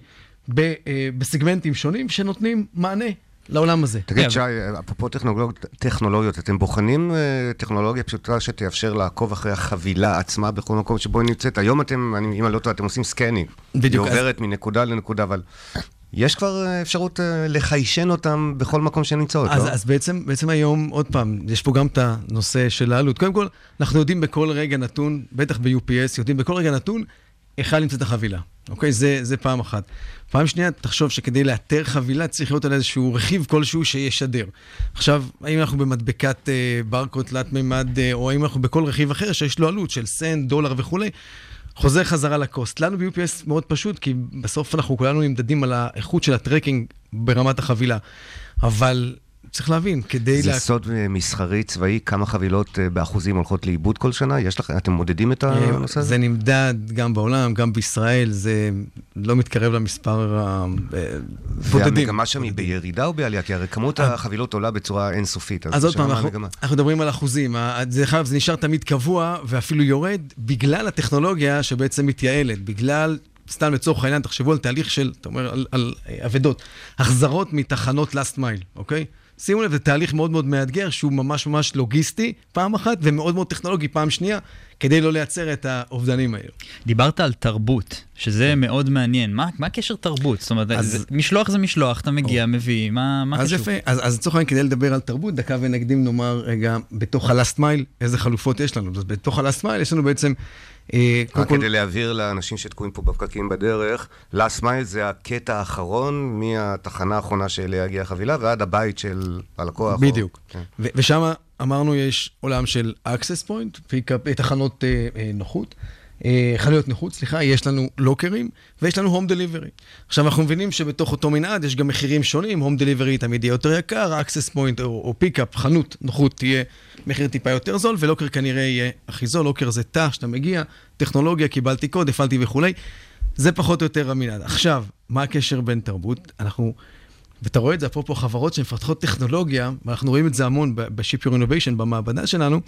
בסגמנטים שונים שנותנים מענה לעולם הזה. תגיד, שי, אפרופו טכנולוגיות, אתם בוחנים טכנולוגיה פשוטה שתאפשר לעקוב אחרי החבילה עצמה בכל מקום שבו היא נמצאת? היום אתם, אם אני לא טועה, אתם עושים סקנינג. היא עוברת מנקודה לנקודה, אבל יש כבר אפשרות לחיישן אותם בכל מקום שהן נמצאות, לא? אז בעצם היום, עוד פעם, יש פה גם את הנושא של העלות. קודם כל, אנחנו יודעים בכל רגע נתון, בטח ב-UPS, יודעים בכל רגע נתון, איך נמצאת החבילה. אוקיי? זה פעם אחת. פעם שנייה, תחשוב שכדי לאתר חבילה צריך להיות על איזשהו רכיב כלשהו שישדר. עכשיו, האם אנחנו במדבקת ברקוד תלת מימד, או האם אנחנו בכל רכיב אחר שיש לו עלות של סנט, דולר וכו', חוזר חזרה לקוסט. לנו ב-UPS מאוד פשוט, כי בסוף אנחנו כולנו נמדדים על האיכות של הטרקינג ברמת החבילה. אבל צריך להבין, כדי... זה סוד מסחרי צבאי, כמה חבילות באחוזים הולכות לאיבוד כל שנה? יש לכם, אתם מודדים את הנושא הזה? זה נמדד גם בעולם, גם בישראל, זה לא מתקרב למספר הבודדים. והמגמה שם היא בירידה או בעלייה? כי הרי כמות החבילות עולה בצורה אינסופית. אז עוד פעם, אנחנו מדברים על אחוזים. זה נשאר תמיד קבוע ואפילו יורד בגלל הטכנולוגיה שבעצם מתייעלת, בגלל... סתם לצורך העניין, תחשבו על תהליך של, אתה אומר, על עבדות, החזרות מתחנות last mile, אוקיי? שימו לב, זה תהליך מאוד מאוד מאתגר, שהוא ממש ממש לוגיסטי, פעם אחת, ומאוד מאוד טכנולוגי, פעם שנייה, כדי לא לייצר את האובדנים האלו. דיברת על תרבות, שזה מאוד מעניין. מה הקשר תרבות? זאת אומרת, משלוח זה משלוח, אתה מגיע, מביא, מה קשור? אז יפה, אז לצורך העניין, כדי לדבר על תרבות, דקה ונקדים נאמר רגע, בתוך ה-last mile, איזה חלופות יש לנו. אז בתוך ה-last mile יש לנו בעצם כדי להעביר לאנשים שתקועים פה בפקקים בדרך, last mile זה הקטע האחרון מהתחנה האחרונה שאליה הגיעה החבילה ועד הבית של הלקוח. בדיוק. ושם אמרנו יש עולם של access point, תחנות נוחות, חנויות נוחות, סליחה, יש לנו לוקרים ויש לנו home delivery. עכשיו אנחנו מבינים שבתוך אותו מנעד יש גם מחירים שונים, home delivery תמיד יהיה יותר יקר, access point או pick-up, חנות נוחות תהיה מחיר טיפה יותר זול, ולוקר כנראה יהיה הכי זול, לוקר זה תא שאתה מגיע, טכנולוגיה, קיבלתי קוד, הפעלתי וכו'. זה פחות או יותר המנעד. עכשיו, מה הקשר בין תרבות? ואתה רואה את זה, אפרופו חברות שמפתחות טכנולוגיה, ואנחנו רואים את זה המון ב-Ship Your Innovation, במעבדה שלנו,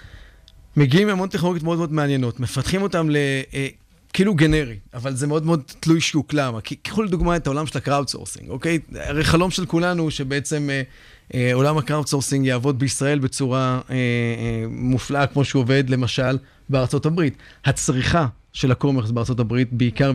מגיעים המון טכנולוגיות מאוד מאוד מעניינות, מפתחים אותם כאילו גנרי, אבל זה מאוד מאוד תלוי שוק. למה? כי קחו לדוגמה את העולם של הקראודסורסינג, אוקיי? הרי חלום של כולנו שבעצם עולם הקראודסורסינג יעבוד בישראל בצורה מופלאה, כמו שהוא עובד למשל בארצות הברית. הצריכה של הקומרס בארצות הברית, בעיקר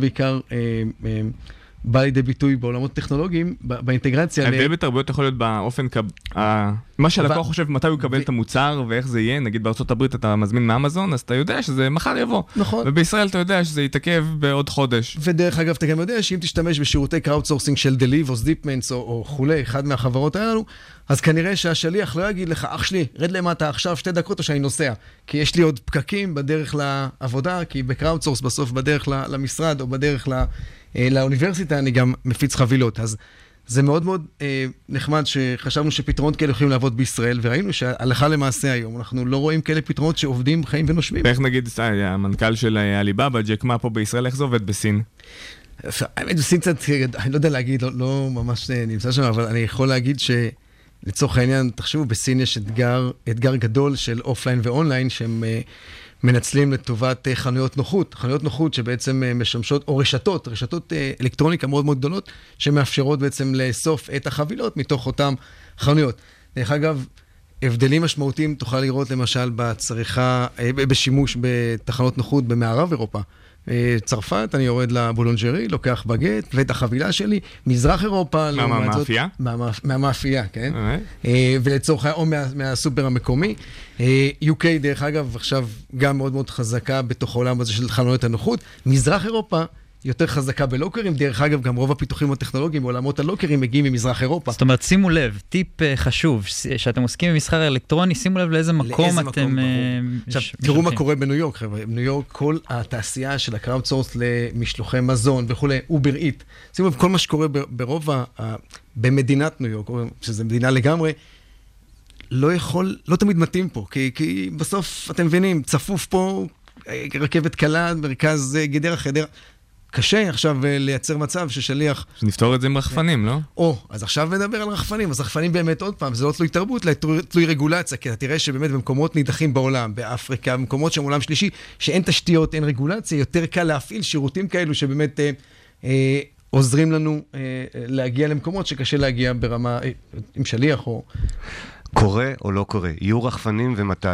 בא לידי ביטוי בעולמות טכנולוגיים, באינטגרציה... ההבדל בתרבויות יכול להיות באופן... מה שהלקוח חושב מתי הוא יקבל את המוצר ואיך זה יהיה, נגיד בארצות הברית אתה מזמין מאמזון, אז אתה יודע שזה מחר יבוא. נכון. ובישראל אתה יודע שזה יתעכב בעוד חודש. ודרך אגב, אתה גם יודע שאם תשתמש בשירותי קראודסורסינג של דליב או סדיפמנטס או חולי, אחד מהחברות האלו, אז כנראה שהשליח לא יגיד לך, אח שלי, רד למטה עכשיו 2 דקות או שאני נוסע. כי יש לי עוד פקקים בדרך לעבודה, כי בקראודסורס בסוף בדרך למשרד או בדרך לאוניברסיטה אני גם מפיץ חבילות. אז זה מאוד מאוד נחמד שחשבנו שפתרונות כאלה יכולים לעבוד בישראל, וראינו שהלכה למעשה היום, אנחנו לא רואים כאלה פתרונות שעובדים חיים ונושבים. ואיך נגיד, המנכ"ל של עליבאבא, ג'ק מה פה בישראל, איך זה עובד בסין? האמת, בסין קצת, אני לא יודע להגיד, לא ממש נמצא שם, אבל אני יכול להגיד שלצורך העניין, תחשבו, בסין יש אתגר גדול של אופליין ואונליין, שהם מנצלים לטובת חנויות נוחות. חנויות נוחות שבעצם משמשות, או רשתות אלקטרוניקה מאוד מאוד גדולות, שמאפשרות בעצם לאסוף את החבילות מתוך אותם חנויות. דרך אגב, הבדלים משמעותיים תוכל לראות למשל בצריכה, בשימוש בתחנות נוחות במערב אירופה. צרפת, אני יורד לבולונג'רי, לוקח בגט, ואת החבילה שלי, מזרח אירופה... מהמאפייה? מהמאפייה, כן. ולצורך, או מהסופר המקומי. UK, דרך אגב, עכשיו גם מאוד מאוד חזקה בתוך העולם הזה של חנויות הנוחות. מזרח אירופה, יותר חזקה בלוקרים. דרך אגב, גם רוב הפיתוחים הטכנולוגיים בעולמות הלוקרים מגיעים ממזרח אירופה. זאת אומרת, שימו לב, טיפ חשוב, שאתם עוסקים במסחר אלקטרוני, שימו לב לאיזה מקום אתם... עכשיו, תראו מה קורה בניו יורק, חבר'ה. בניו יורק, כל התעשייה של הקראוד סורס למשלוחי מזון וכולי, אובר איט. שימו לב, כל מה שקורה ברוב במדינת ניו יורק, שזה מדינה לגמרי, לא תמיד מתאים פה, כי בסוף, אתם מבינים, צפוף פה, רכבת קלה, מרכז גדרה, חדרה. קשה עכשיו לייצר מצב ששליח... שנפתור את זה עם רחפנים, לא? אז עכשיו נדבר על רחפנים. אז רחפנים באמת עוד פעם, זה לא תלוי תרבות, תלוי רגולציה, כי אתה תראה שבאמת במקומות נידחים בעולם, באפריקה, במקומות שם עולם שלישי, שאין תשתיות, אין רגולציה, יותר קל להפעיל שירותים כאלו שבאמת עוזרים לנו להגיע למקומות שקשה להגיע ברמה עם שליח או... קורה או לא קורה? יהיו רחפנים ומתי?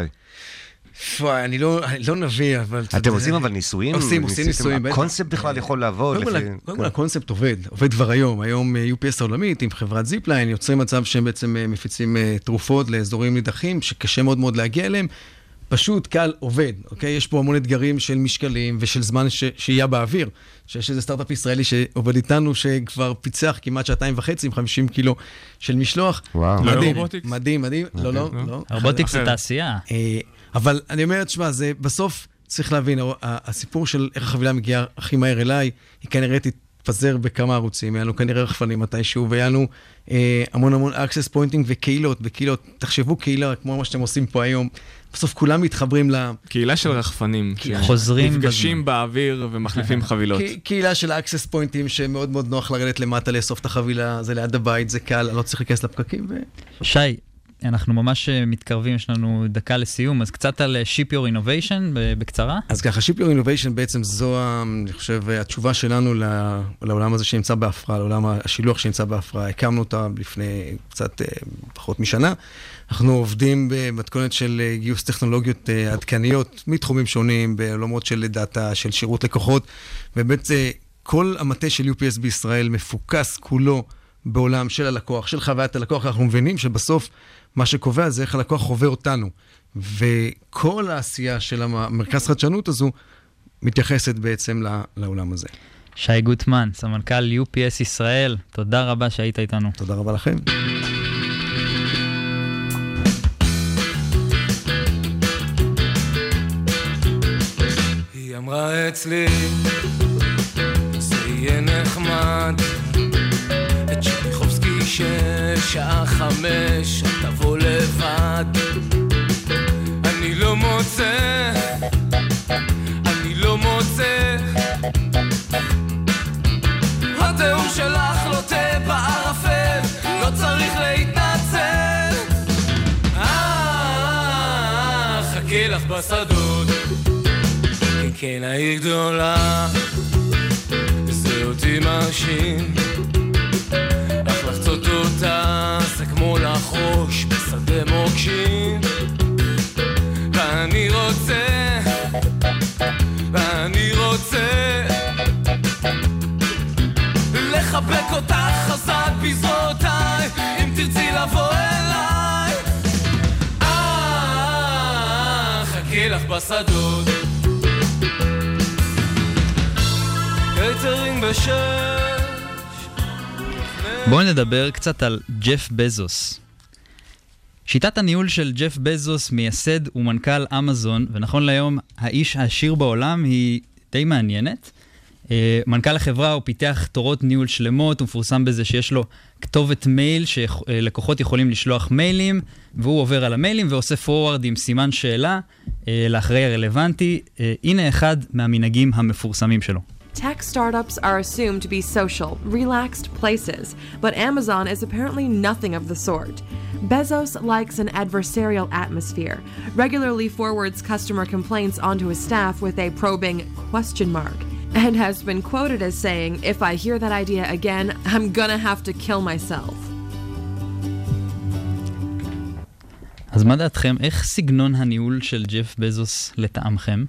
אני לא נביא, אבל... אתם עושים אבל ניסויים? עושים ניסויים. הקונספט בכלל יכול לעבוד. קודם כל הקונספט עובד כבר היום. היום UPS העולמית עם חברת זיפליין יוצרים מצב שהם בעצם מפיצים תרופות לאזורים נידחים, שקשה מאוד מאוד להגיע אליהם. פשוט קל עובד, אוקיי? יש פה המון אתגרים של משקלים ושל זמן שיהיה באוויר. שיש איזה סטארט-אפ ישראלי שעובד איתנו, שכבר פיצח כמעט 2.5 עם 50 קילו של משלוח. וואו. מדהים. לא. רובוטיקס זה תעשייה. אבל אני אומרת, שמה, זה בסוף צריך להבין, הסיפור של איך החבילה מגיעה הכי מהר אליי, היא כנראה תתפזר בכמה ערוצים, היה לנו כנראה רחפנים מתישהו, והיה לנו המון access pointing וקהילות, תחשבו קהילה, כמו מה שאתם עושים פה היום, בסוף כולם מתחברים קהילה של רחפנים, חוזרים נפגשים באוויר ומחליפים חבילות. קהילה של access pointים שמאוד מאוד נוח לרדת למטה, לאסוף את החבילה, זה ליד הבית, זה קל, לא צריך להיכנס לפקקים. שי, אנחנו ממש מתקרבים, יש לנו דקה לסיום, אז קצת על Ship Your Innovation בקצרה. אז ככה, Ship Your Innovation בעצם זו, אני חושב, התשובה שלנו לעולם הזה שנמצא בהפרעה, לעולם השילוח שנמצא בהפרעה. הקמנו אותה לפני קצת פחות משנה. אנחנו עובדים במתכונת של גיוס טכנולוגיות עדכניות, מתחומים שונים, בעולמות של דאטה, של שירות לקוחות, ובאמת כל המטה של UPS בישראל מפוקס כולו בעולם של הלקוח, של חוויית הלקוח. אנחנו מבינים שבסוף מה שקובע זה איך הלקוח חווה אותנו. וכל העשייה של המרכז חדשנות הזו מתייחסת בעצם לעולם הזה. שי גוטמן, סמנכ"ל UPS ישראל, תודה רבה שהיית איתנו. תודה רבה לכם. היא אמרה אצלי, זה יהיה נחמד, שעה 5, תבוא לבד. אני לא מוצא התיאור שלך לוטה בערפל, לא צריך להתנצל. חכי לך בשדות, כן העיר גדולה, זה אותי מרשים, לחצות אותה זה כמו לחוש בשדה מוקשים. ואני רוצה לחבק אותך חזק בזרועותיי, אם תרצי לבוא אליי. חכי לך בשדות, קייטרינג בשש. בואו נדבר קצת על ג'ף בזוס. שיטת הניהול של ג'ף בזוס, מייסד ומנכ"ל אמזון, ונכון להיום האיש העשיר בעולם, היא די מעניינת. מנכ"ל החברה הוא פיתח תורות ניהול שלמות, הוא מפורסם בזה שיש לו כתובת מייל שלקוחות יכולים לשלוח מיילים, והוא עובר על המיילים ועושה פורוורד עם סימן שאלה לאחראי הרלוונטי. הנה אחד מהמנהגים המפורסמים שלו. Tech startups are assumed to be social, relaxed places, but Amazon is apparently nothing of the sort. Bezos likes an adversarial atmosphere, regularly forwards customer complaints onto his staff with a probing question mark, and has been quoted as saying, "If I hear that idea again, I'm gonna have to kill myself." אז מה דעתכם? איך סגנון הניהול של ג'ף בזוס לטעמכם?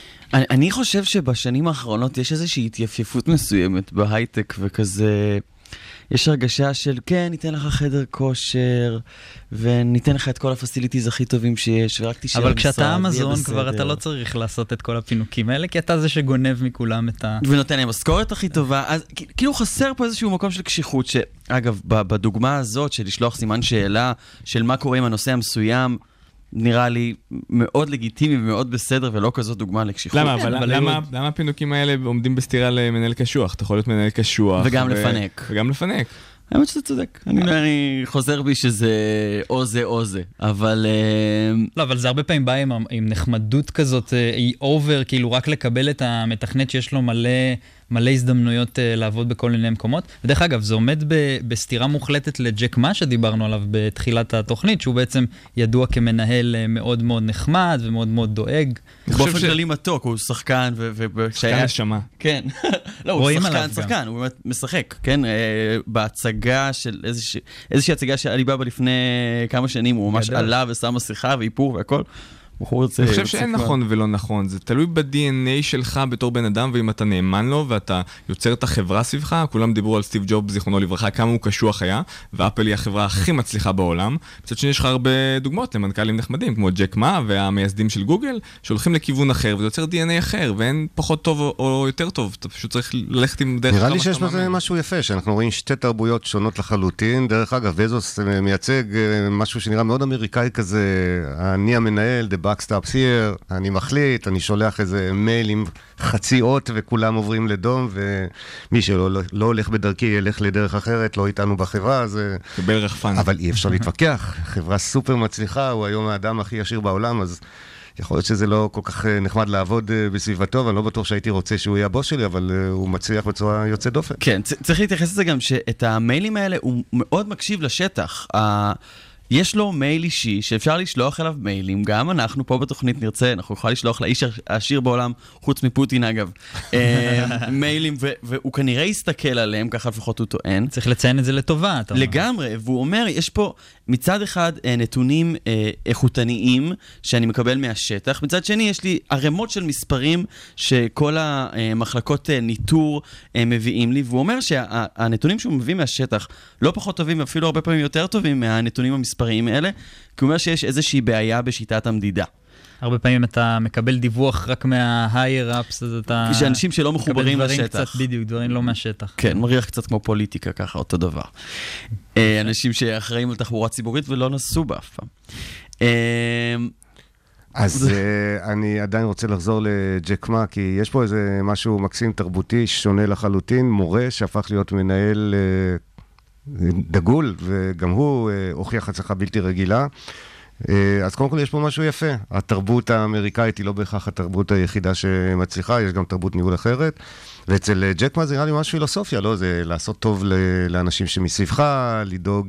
אני חושב שבשנים האחרונות יש איזושהי התייפייפות מסוימת בהייטק, וכזה יש הרגשה של, כן, ניתן לך חדר כושר, וניתן לך את כל הפסיליטיז הכי טובים שיש, ורק תשאר אבל כשאתה אמזון כבר אתה לא צריך לעשות את כל הפינוקים האלה, כי אתה זה שגונב מכולם את ונותן להם משכורת הכי טובה, אז כאילו חסר פה איזשהו מקום של קשיחות, שאגב, בדוגמה הזאת של לשלוח סימן שאלה, של מה קורה עם הנושא המסוים, נראה לי מאוד לגיטימי ומאוד בסדר, ולא כזאת דוגמה לקשיחות. למה? אבל למה הפינוקים האלה עומדים בסתירה למנהל קשוח? אתה יכול להיות מנהל קשוח. וגם לפנק. וגם לפנק. האמת שאתה צודק. אני חוזר בי שזה או זה או זה. אבל... לא, אבל זה הרבה פעמים בא עם נחמדות כזאת, היא אובר, כאילו רק לקבל את המתכנת שיש לו מלא הזדמנויות לעבוד בכל מיני מקומות. ודרך אגב, זה עומד בסתירה מוחלטת לג'ק מה שדיברנו עליו בתחילת התוכנית, שהוא בעצם ידוע כמנהל מאוד מאוד נחמד ומאוד מאוד דואג. באופן כללי מתוק, הוא שחקן שחקן נשמה. כן. לא, הוא שחקן, הוא באמת משחק, כן? בהצגה של איזושהי הצגה של עליבאבא לפני כמה שנים, הוא ממש עלה ושם מסכה ואיפור והכל. אני חושב שאין נכון ולא נכון, זה תלוי ב-DNA שלך בתור בן אדם, ואם אתה נאמן לו ואתה יוצר את החברה סביבך, כולם דיברו על סטיב ג'וב, זיכרונו לברכה, כמה הוא קשוח היה, ואפל היא החברה הכי מצליחה בעולם. מצד שני יש לך הרבה דוגמאות למנכ"לים נחמדים, כמו ג'ק מה והמייסדים של גוגל, שהולכים לכיוון אחר, וזה יוצר DNA אחר, ואין פחות טוב או יותר טוב, אתה פשוט צריך ללכת עם דרך... נראה לי שיש בזה משהו יפה, שאנחנו רואים שתי תרבויות שונות לחלוטין. דרך אגב, בזוס מייצג משהו שנראה מאוד אמריקאי כזה, אני המנהל, buck stops here, אני מחליט, אני שולח איזה מייל עם חצי אות וכולם עוברים לדום, ומי שלא הולך בדרכי ילך לדרך אחרת, לא איתנו בחברה, זה... קבל רחפן. אבל אי אפשר להתווכח, חברה סופר מצליחה, הוא היום האדם הכי עשיר בעולם, אז יכול להיות שזה לא כל כך נחמד לעבוד בסביבתו, ואני לא בטוח שהייתי רוצה שהוא יהיה הבוס שלי, אבל הוא מצליח בצורה יוצאת דופן. כן, צריך להתייחס לזה גם שאת המיילים האלה הוא מאוד מקשיב לשטח. יש לו מייל אישי שאפשר לשלוח אליו מיילים, גם אנחנו פה בתוכנית נרצה, אנחנו יכולים לשלוח לאיש העשיר בעולם, חוץ מפוטין אגב, מיילים, והוא כנראה יסתכל עליהם, ככה לפחות הוא טוען. צריך לציין את זה לטובה. לגמרי, והוא אומר, יש פה מצד אחד נתונים איכותניים שאני מקבל מהשטח, מצד שני יש לי ערימות של מספרים שכל המחלקות ניטור מביאים לי, והוא אומר שהנתונים שהוא מביא מהשטח לא פחות טובים, אפילו הרבה פעמים יותר טובים מהנתונים המספריים האלה, כי הוא אומר שיש איזושהי בעיה בשיטת המדידה. הרבה פעמים אתה מקבל דיווח רק מה-higher-ups, אז אתה... כשאנשים שלא מחוברים לשטח. קצת, בדיוק, דברים לא מהשטח. כן, מריח קצת כמו פוליטיקה, ככה, אותו דבר. אנשים שאחראים על תחבורה ציבורית ולא נסעו בה אף פעם. אז אני עדיין רוצה לחזור לג'ק מה, כי יש פה איזה משהו מקסים תרבותי, שונה לחלוטין, מורה שהפך להיות מנהל דגול, וגם הוא הוכיח הצלחה בלתי רגילה. אז קודם כל יש פה משהו יפה. התרבות האמריקאית היא לא בהכרח התרבות היחידה שמצליחה, יש גם תרבות ניהול אחרת. ואצל ג'ק מה זה נראה לי ממש פילוסופיה, לא? זה לעשות טוב לאנשים שמסביבך, לדאוג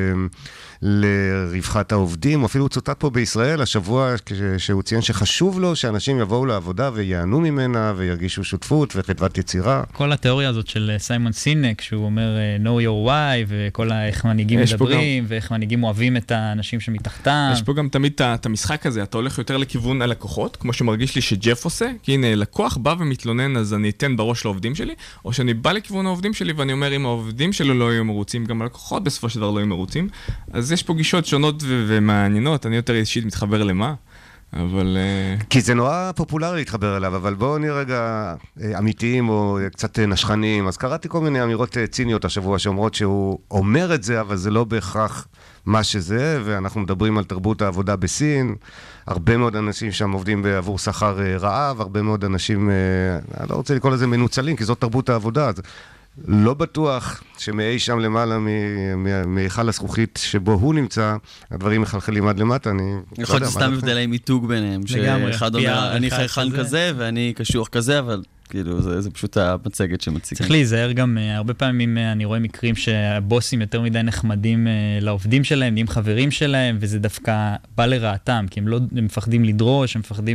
לרווחת העובדים, או אפילו הוא צוטט פה בישראל, השבוע שהוא ציין שחשוב לו שאנשים יבואו לעבודה ויענו ממנה וירגישו שותפות וחדוות יצירה. כל התיאוריה הזאת של סיימון סינק, שהוא אומר know your why, וכל איך מנהיגים מדברים, ואיך מנהיגים אוהבים את האנשים שמתחתם. יש פה גם תמיד את המשחק הזה, אתה הולך יותר לכיוון הלקוחות, כמו שמרגיש לי שג'ף עושה, כי הנה, לקוח בא ומתלונן, אז אני אתן בראש לעובדים שלי, או שאני בא לכיוון העובדים שלי, ואני אומר, אם העובדים שלו לא יהיו מרוצים, גם הלקוחות בסופו של דבר לא יהיו מרוצים. אז יש פה גישות שונות ומעניינות, אני יותר אישית מתחבר למה, אבל... כי זה נורא פופולרי להתחבר אליו, אבל בואו נראה רגע אמיתיים או קצת נשכניים. אז קראתי כל מיני אמירות ציניות השבוע שאומרות שהוא אומר את זה, אבל זה לא בהכרח מה שזה, ואנחנו מדברים על תרבות העבודה בסין, הרבה מאוד אנשים שם עובדים בעבור שכר רעב, הרבה מאוד אנשים, אני לא רוצה לקרוא לזה מנוצלים, כי זאת תרבות העבודה, אז לא בטוח שמאי שם למעלה מהיכל הזכוכית שבו הוא נמצא, הדברים מחלחלים עד למטה, אני... יכול להיות סתם הבדלי מיתוג ביניהם, שאחד אומר, אני חייכן כזה ואני קשוח כזה, אבל כאילו זה פשוט המצגת שמציגים. צריך להיזהר גם, הרבה פעמים אני רואה מקרים שהבוסים יותר מדי נחמדים לעובדים שלהם, נהיים חברים שלהם, וזה דווקא בא לרעתם, כי הם מפחדים לדרוש, הם מפחדים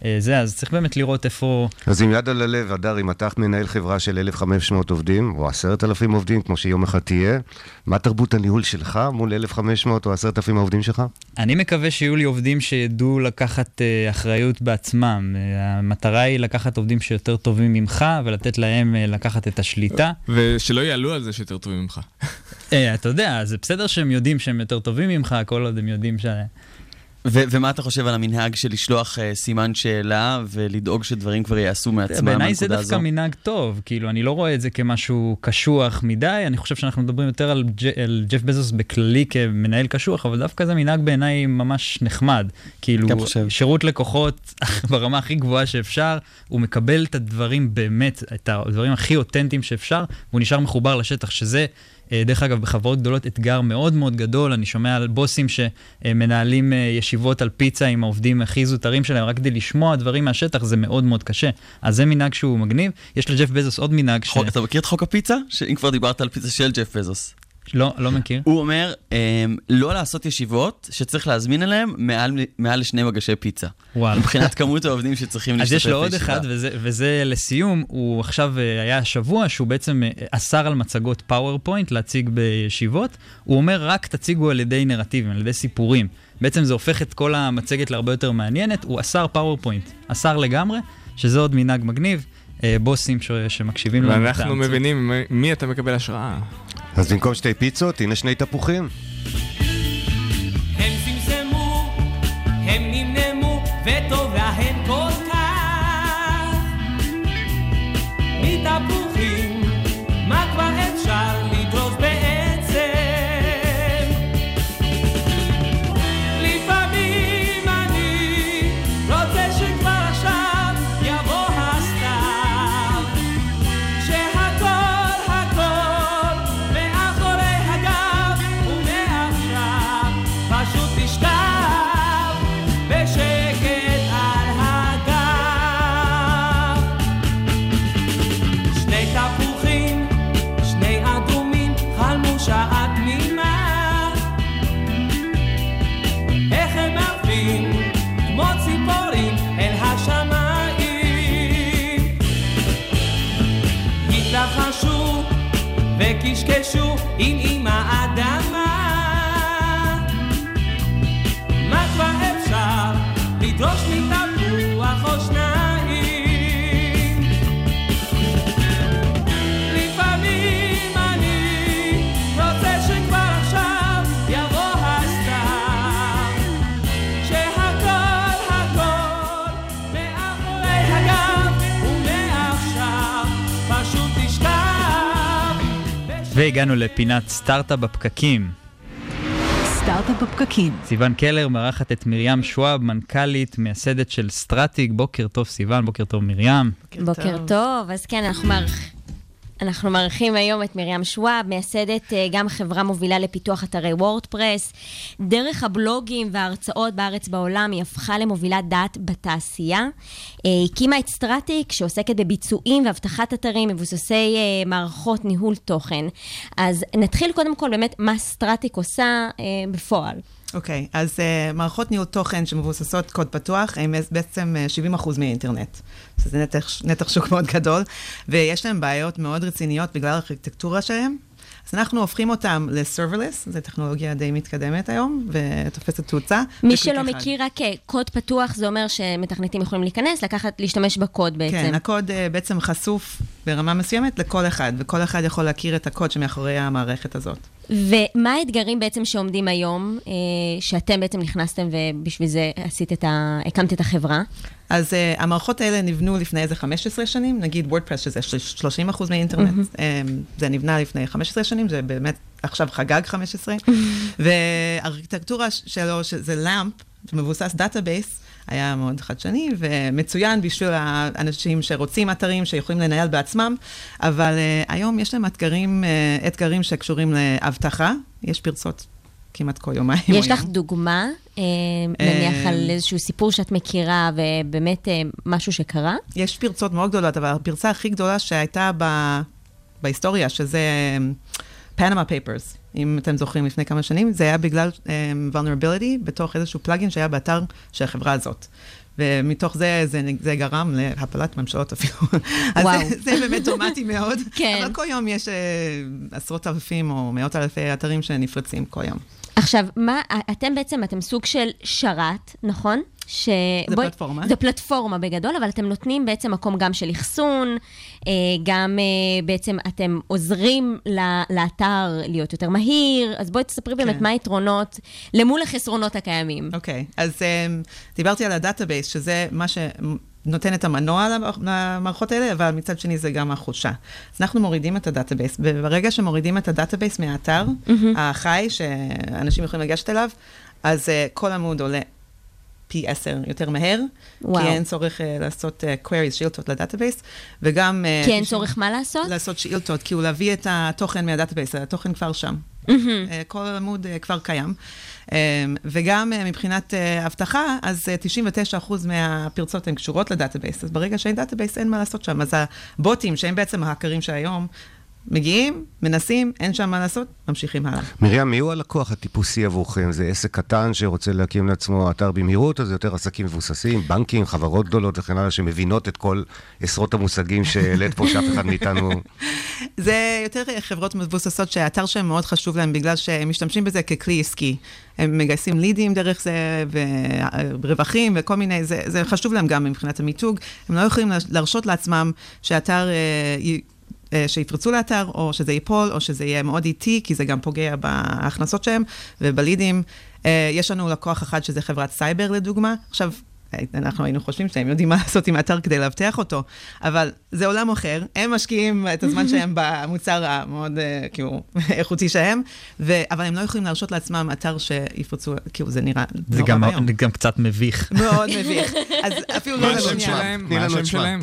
אז צריך באמת לראות איפה... אז עם יד על הלב, אדר, אם אתה מנהל חברה של 1,500 עובדים, או 10,000 עובדים, כמו שיום אחד תהיה, מה תרבות הניהול שלך מול 1,500 או 10,000 העובדים שלך? אני מקווה שיהיו לי עובדים שידעו לקחת אחריות בעצמם. המטרה היא לקחת עובדים שיותר טובים ממך, ולתת להם לקחת את השליטה. ושלא יעלו על זה שיותר טובים ממך. אתה יודע, זה בסדר שהם יודעים שהם יותר טובים ממך, כל עוד הם יודעים ש... ומה אתה חושב על המנהג של לשלוח סימן שאלה ולדאוג שדברים כבר יעשו מעצמם? בעיניי זה דווקא מנהג טוב, כאילו אני לא רואה את זה כמשהו קשוח מדי, אני חושב שאנחנו מדברים יותר על ג'ף בזוס בכללי כמנהל קשוח, אבל דווקא זה מנהג בעיניי ממש נחמד, כאילו שירות לקוחות ברמה הכי גבוהה שאפשר, הוא מקבל את הדברים באמת, את הדברים הכי אותנטיים שאפשר, והוא נשאר מחובר לשטח, שזה דרך אגב, בחברות גדולות אתגר מאוד מאוד גדול, אני שומע על בוסים שמנהלים ישיבות על פיצה עם העובדים הכי זוטרים שלהם, רק כדי לשמוע דברים מהשטח, זה מאוד מאוד קשה. אז זה מנהג שהוא מגניב. יש לג'ף בזוס עוד מנהג אתה מכיר את חוק הפיצה? אם כבר דיברת על פיצה של ג'ף בזוס. לא מכיר. הוא אומר, לא לעשות ישיבות שצריך להזמין אליהם מעל לשני מגשי פיצה. מבחינת כמות העובדים שצריכים להשתתף בישיבה. אז יש לו עוד אחד, וזה לסיום, הוא עכשיו היה השבוע שהוא בעצם אסר על מצגות פאורפוינט להציג בישיבות, הוא אומר רק תציגו על ידי נרטיבים, על ידי סיפורים. בעצם זה הופך את כל המצגת להרבה יותר מעניינת, הוא אסר פאורפוינט, אסר לגמרי, שזה עוד מנהג מגניב. בוסים שמקשיבים לנו. ואנחנו מבינים מי אתה מקבל השראה. אז במקום שתי פיצות, הנה שני תפוחים. הם סמסמו, הם נמנמו, וטוב להם כל כך. מתפוחים, מה כבר אפשר לדרוש בעצם? לפעמים אני רוצה שכבר עכשיו יבוא הסתיו, שהכל הכל מאחורי הגב, ומעכשיו פשוט תשכב בשקט על הגב. שני תפוחים, שני אדומים, חלמו שעה תמימה, איך הם עפים כמו ציפורים אל השמיים, התלחשו וקשקשו עם האדמה, מה כבר אפשר לדרוש מתפוח או שניים? לפעמים אני רוצה שכבר עכשיו יבוא הסתיו, שהכל הכל מאחורי הגב, ומעכשיו פשוט תשכב. והגענו לפינת סטארט-אפ בפקקים. סטארט-אפ בפקקים. סיוון קלר מארחת את מרים שוואב, מנכ"לית, מייסדת של סטרטיק. בוקר טוב סיוון, בוקר טוב מרים. בוקר טוב, אז כן, אנחנו מארחים היום את מרים שוואב, מייסדת גם חברה מובילה לפיתוח אתרי וורדפרס. דרך הבלוגים וההרצאות בארץ בעולם היא הפכה למובילת דעת בתעשייה. הקימה את סטרטיק שעוסקת בביצועים והבטחת אתרים מבוססי מערכות ניהול תוכן. אז נתחיל קודם כל באמת מה סטרטיק עושה בפועל. אוקיי, אז מערכות ניהול תוכן שמבוססות קוד פתוח, הם בעצם 70% מאינטרנט. זה נתח שוק מאוד גדול, ויש להם בעיות מאוד רציניות בגלל הארכיטקטורה שלהם. אז אנחנו הופכים אותם ל-serverless, זו טכנולוגיה די מתקדמת היום, ותופסת תאוצה. מי שלא מכיר רק קוד פתוח, זה אומר שמתכנתים יכולים להיכנס, להשתמש בקוד בעצם. כן, הקוד בעצם חשוף ברמה מסוימת לכל אחד, וכל אחד יכול להכיר את הקוד שמאחורי המערכת הזאת. ומה האתגרים בעצם שעומדים היום, שאתם בעצם נכנסתם ובשביל זה הקמת את החברה? אז המערכות האלה נבנו לפני איזה 15 שנים, נגיד וורדפרס שזה 30% מאינטרנט, זה נבנה לפני 15 שנים, זה באמת עכשיו חגג 15, והארכיטקטורה שלו, שזה למפ, מבוסס דאטאבייס, היה מאוד חדשני ומצוין בשביל האנשים שרוצים אתרים, שיכולים לנהל בעצמם, אבל היום יש להם אתגרים שקשורים לאבטחה, יש פרצות כמעט כל יומיים. יש לך דוגמה, נניח על איזשהו סיפור שאת מכירה, ובאמת משהו שקרה? יש פרצות מאוד גדולות, אבל הפרצה הכי גדולה שהייתה בהיסטוריה, שזה Panama Papers, אם אתם זוכרים לפני כמה שנים, זה היה בגלל vulnerability בתוך איזשהו פלאגין שהיה באתר של החברה הזאת. ומתוך זה גרם להפלת ממשלות אפילו. אז זה באמת דרמטי מאוד. אבל כל יום יש עשרות אלפים או מאות אלפי אתרים שנפרצים כל יום. עכשיו, אתם סוג של שרת, נכון? זה פלטפורמה. זה פלטפורמה בגדול, אבל אתם נותנים בעצם מקום גם של אחסון, גם בעצם אתם עוזרים לאתר להיות יותר מהיר, אז בואי תספרי באמת מה היתרונות למול החסרונות הקיימים. אוקיי, אז דיברתי על הדאטאבייס, שזה מה נותן את המנוע למערכות האלה, אבל מצד שני זה גם החולשה. אז אנחנו מורידים את הדאטאבייס, וברגע שמורידים את הדאטאבייס מהאתר החי, שאנשים יכולים לגשת אליו, אז כל עמוד עולה פי 10 יותר מהר, כי אין צורך לעשות queries, שאילתות לדאטאבייס, וגם... כי אין צורך מה לעשות? לעשות שאילתות, כי הוא להביא את התוכן מהדאטאבייס, התוכן כבר שם. כל עמוד כבר קיים. וגם מבחינת הבטחה, אז 99% מהפרצות הן קשורות לדאטאבייס, אז ברגע שאין דאטאבייס אין מה לעשות שם, אז הבוטים שהם בעצם ההאקרים שהיום מגיעים, מנסים, אין שם מה לעשות, ממשיכים הלאה. מרים, מי הוא הלקוח הטיפוסי עבורכם? זה עסק קטן שרוצה להקים לעצמו אתר במהירות, או זה יותר עסקים מבוססים, בנקים, חברות גדולות וכן הלאה, שמבינות את כל עשרות המושגים שהעלית פה שאף אחד מאיתנו... זה יותר חברות מבוססות שהאתר שלהם מאוד חשוב להם, בגלל שהם משתמשים בזה ככלי עסקי. הם מגייסים לידים דרך זה, ורווחים וכל מיני, זה חשוב להם גם מבחינת המיתוג. הם לא יכולים להרשות לעצמם שהאתר... שיפרצו לאתר, או שזה ייפול, או שזה יהיה מאוד איטי, כי זה גם פוגע בהכנסות שהם, ובלידים, יש לנו לקוח אחד שזה חברת סייבר לדוגמה. עכשיו, אנחנו היינו חושבים שהם יודעים מה לעשות עם האתר כדי להבטיח אותו, אבל זה עולם אחר, הם משקיעים את הזמן שהם במוצר המאוד כאילו איכותי שהם, אבל הם לא יכולים להרשות לעצמם אתר שיפרצו, כאילו זה נראה זה גם קצת מביך. מאוד מביך. אז אפילו לא השם שלהם? מה השם שלהם?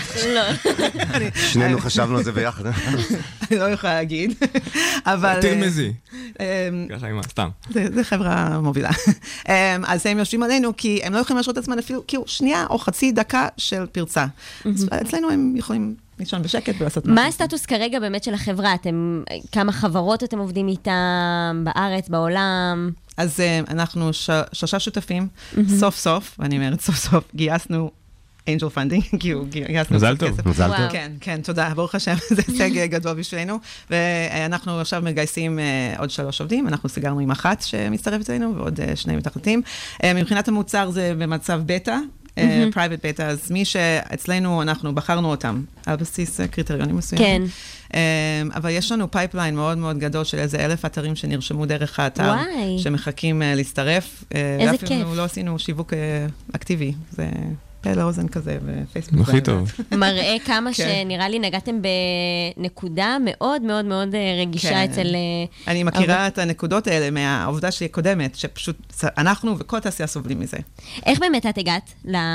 שנינו חשבנו על זה ביחד. אני לא יכולה להגיד, אבל... תרמזי. ככה אימא, סתם. זה חברה מובילה. אז הם יושבים עלינו, כי הם לא יכולים להשרות עצמם אפילו כאילו שנייה או חצי דקה של פרצה. אצלנו הם יכולים לישון בשקט ולעשות משהו. מה הסטטוס כרגע באמת של החברה? כמה חברות אתם עובדים איתם בארץ, בעולם? אז אנחנו 3 שותפים, סוף סוף, ואני אומרת סוף סוף, גייסנו אנג'ל פנדינג, כי הוא גייסנו מזל טוב. מזל טוב. כן, כן, תודה, ברוך השם, זה הישג גדול בשבילנו, ואנחנו עכשיו מגייסים עוד 3 עובדים, אנחנו סגרנו עם 1 שמצטרפת אלינו, ועוד 2 מתחתים. מבחינת המוצר זה במצב בטא, פרייבט בטא, אז מי שאצלנו אנחנו בחרנו אותם, על בסיס קריטריונים מסוימים. כן. אבל יש לנו פייפליין מאוד מאוד גדול של איזה 1,000 אתרים שנרשמו דרך האתר, שמחכים להצטרף. איזה כיף. ואפילו לא עשינו שיווק אקטיבי, זה... לאוזן כזה, ופייסבוק. הכי טוב. מראה כמה שנראה לי נגעתם בנקודה מאוד מאוד מאוד רגישה אצל... אני מכירה את הנקודות האלה מהעובדה שהיא קודמת, שפשוט אנחנו וכל תעשייה סובלים מזה. איך באמת את הגעת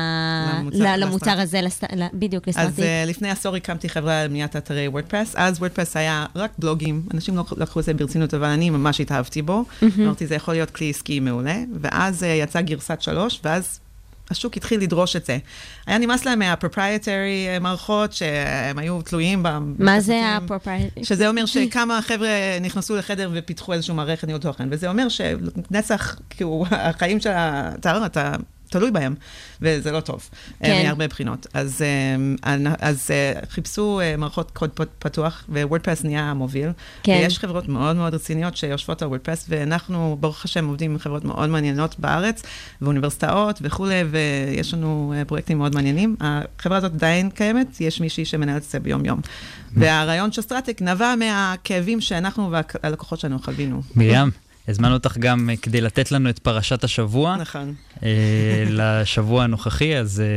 למוצר הזה, בדיוק לסטארט-אפ? אז לפני עשור הקמתי חברה למניעת אתרי וורדפרס, אז וורדפרס היה רק בלוגים, אנשים לא לקחו את זה ברצינות, אבל אני ממש התאהבתי בו, אמרתי, זה יכול להיות כלי עסקי מעולה, ואז יצא גרסת 3, ואז השוק התחיל לדרוש את זה. היה נמאס להם מהפרופרייטרי מערכות שהם היו תלויים בהם. מה זה הפרופרייטרי? שזה אומר שכמה חבר'ה נכנסו לחדר ופיתחו איזשהו מערכת ניהול תוכן, וזה אומר שנצח, כאילו, החיים של האתר, אתה תלוי בהם, וזה לא טוב, מהרבה בחינות. אז חיפשו מערכות קוד פתוח, ווורדפרס נהיה המוביל, ויש חברות מאוד מאוד רציניות שיושבות על וורדפרס, ואנחנו, ברוך השם, עובדים עם חברות מאוד מעניינות בארץ, ואוניברסיטאות וכו', ויש לנו פרויקטים מאוד מעניינים. החברה הזאת עדיין קיימת, יש מישהי שמנהלת את זה ביום יום. והרעיון של סטרטק נבע מהכאבים שאנחנו והלקוחות שלנו חווינו. מרים, הזמנו אותך גם כדי לתת לנו את פרשת השבוע. נכון. לשבוע הנוכחי,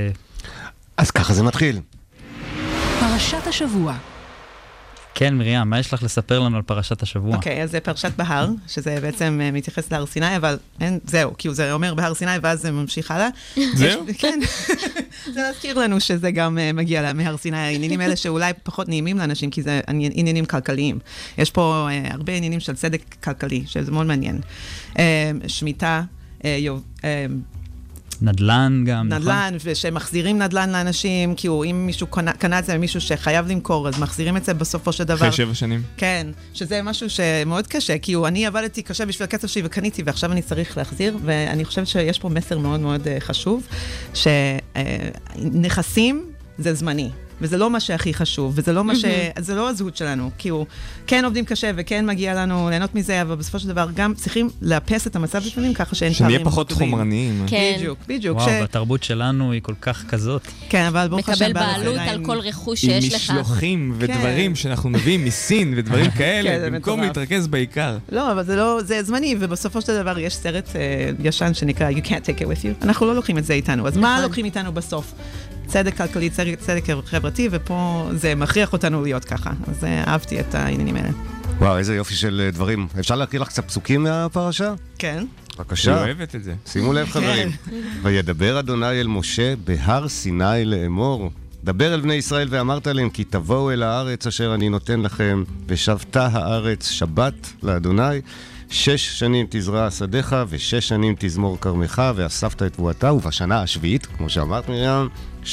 אז ככה זה מתחיל. פרשת השבוע. כן, מרים, מה יש לך לספר לנו על פרשת השבוע? אוקיי, אז זה פרשת בהר, שזה בעצם מתייחס להר סיני, אבל זהו, כי זה אומר בהר סיני, ואז זה ממשיך הלאה. זהו? כן. זה להזכיר לנו שזה גם מגיע מהר סיני, העניינים האלה שאולי פחות נעימים לאנשים, כי זה עניינים כלכליים. יש פה הרבה עניינים של צדק כלכלי, שזה מאוד מעניין. שמיטה, נדל"ן גם, נדל"ן, ושמחזירים נדל"ן לאנשים, כי אם מישהו קנה את זה מישהו שחייב למכור, אז מחזירים את זה בסופו של דבר. אחרי 7 שנים. כן, שזה משהו שמאוד קשה, כי אני עבדתי קשה בשביל הכסף שלי וקניתי, ועכשיו אני צריך להחזיר, ואני חושבת שיש פה מסר מאוד מאוד חשוב, שנכסים זה זמני. וזה לא מה שהכי חשוב, וזה לא מה זה לא הזהות שלנו, כי הוא כן עובדים קשה וכן מגיע לנו ליהנות מזה, אבל בסופו של דבר גם צריכים לאפס את המצב לפעמים ככה שאין פערים. שנהיה פחות חומרניים. כן. בדיוק. וואו, והתרבות שלנו היא כל כך כזאת. כן, אבל ברוך השם מקבל בעלות על כל רכוש שיש לך. עם משלוחים ודברים שאנחנו מביאים מסין ודברים כאלה, במקום להתרכז בעיקר. לא, אבל זה זמני, ובסופו של דבר יש סרט ישן שנקרא You Can't Take It With You. אנחנו לא לוקחים את זה איתנו, אז מה לוקחים איתנו בסוף? צדק כלכלי, צדק חברתי, ופה זה מכריח אותנו להיות ככה. אז אהבתי את העניינים האלה. וואו, איזה יופי של דברים. אפשר להקריא לך קצת פסוקים מהפרשה? כן. בבקשה. אני אוהבת את זה. שימו לב חברים. וידבר אדוני אל משה בהר סיני לאמור. דבר אל בני ישראל ואמרת להם, כי תבואו אל הארץ אשר אני נותן לכם, ושבתה הארץ שבת לאדוני. 6 שנים תזרע שדיך, ו6 שנים תזמור כרמך, ואספת את תבואתה, ובשנה השביעית, כמו שאמרת מרים,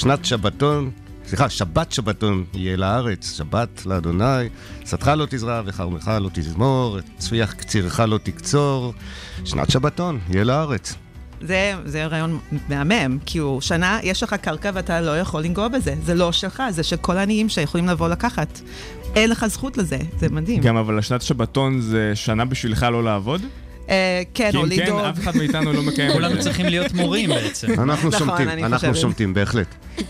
שבת שבתון יהיה לארץ, שבת לאדוני, שדך לא תזרע וכרמך לא תזמור, צפיח קצירך לא תקצור, שנת שבתון יהיה לארץ. זה רעיון מהמם, כי הוא שנה, יש לך קרקע ואתה לא יכול לנגוע בזה, זה לא שלך, זה של כל העניים שיכולים לבוא לקחת. אין לך זכות לזה, זה מדהים. גם אבל השנת שבתון זה שנה בשבילך לא לעבוד? כן, או לדאוג. כן, אף אחד מאיתנו לא מקיים. כולנו צריכים להיות מורים בעצם. אנחנו שומטים, בהחלט.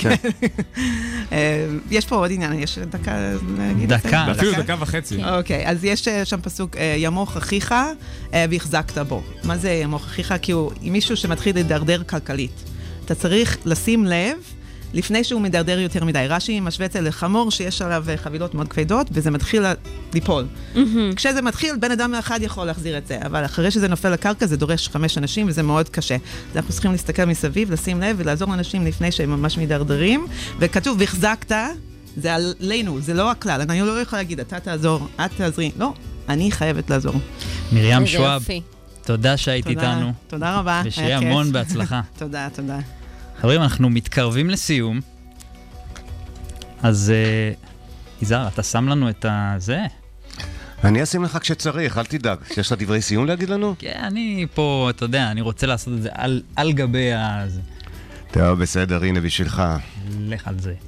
יש פה עוד עניין, יש דקה להגיד את זה? דקה. אפילו דקה וחצי. אוקיי, אז יש שם פסוק, ימוך אחיך והחזקת בו. מה זה ימוך אחיך? כי הוא מישהו שמתחיל לדרדר כלכלית. אתה צריך לשים לב לפני שהוא מדרדר יותר מדי. רש"י משווה את זה לחמור שיש עליו חבילות מאוד כבדות, וזה מתחיל ליפול. כשזה מתחיל, בן אדם אחד יכול להחזיר את זה, אבל אחרי שזה נופל לקרקע, זה דורש 5 אנשים, וזה מאוד קשה. אז אנחנו צריכים להסתכל מסביב, לשים לב ולעזור לאנשים לפני שהם ממש מדרדרים, וכתוב, והחזקת, זה עלינו, זה לא הכלל. אני לא יכולה להגיד, אתה תעזור, את תעזרי. לא, אני חייבת לעזור. מרים שואב, תודה שהיית איתנו. תודה רבה. ושיהיה המון בהצלחה. תודה. חברים, אנחנו מתקרבים לסיום. אז יזהר, אתה שם לנו את זה? אני אשים לך כשצריך, אל תדאג. יש לך דברי סיום להגיד לנו? כן, אני פה, אתה יודע, אני רוצה לעשות את זה על גבי זה. טוב, בסדר, הנה בשבילך. לך על זה.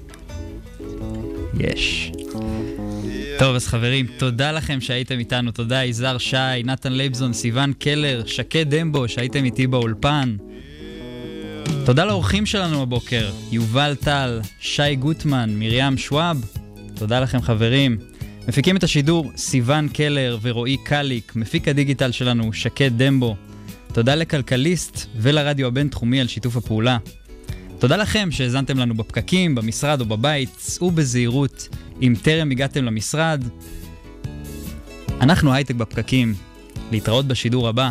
יש. טוב, אז חברים, תודה לכם שהייתם איתנו. תודה, יזהר שי, נתן לייבזון, סיוון קלר, שקד דמבו, שהייתם איתי באולפן. תודה לאורחים שלנו הבוקר, יובל טל, שי גוטמן, מרים שואב. תודה לכם חברים. מפיקים את השידור סיוון קלר ורועי קליק, מפיק הדיגיטל שלנו שקד דמבו. תודה לכלכליסט ולרדיו הבינתחומי על שיתוף הפעולה. תודה לכם שהזנתם לנו בפקקים, במשרד או בבית. צאו בזהירות אם טרם הגעתם למשרד. אנחנו הייטק בפקקים. להתראות בשידור הבא.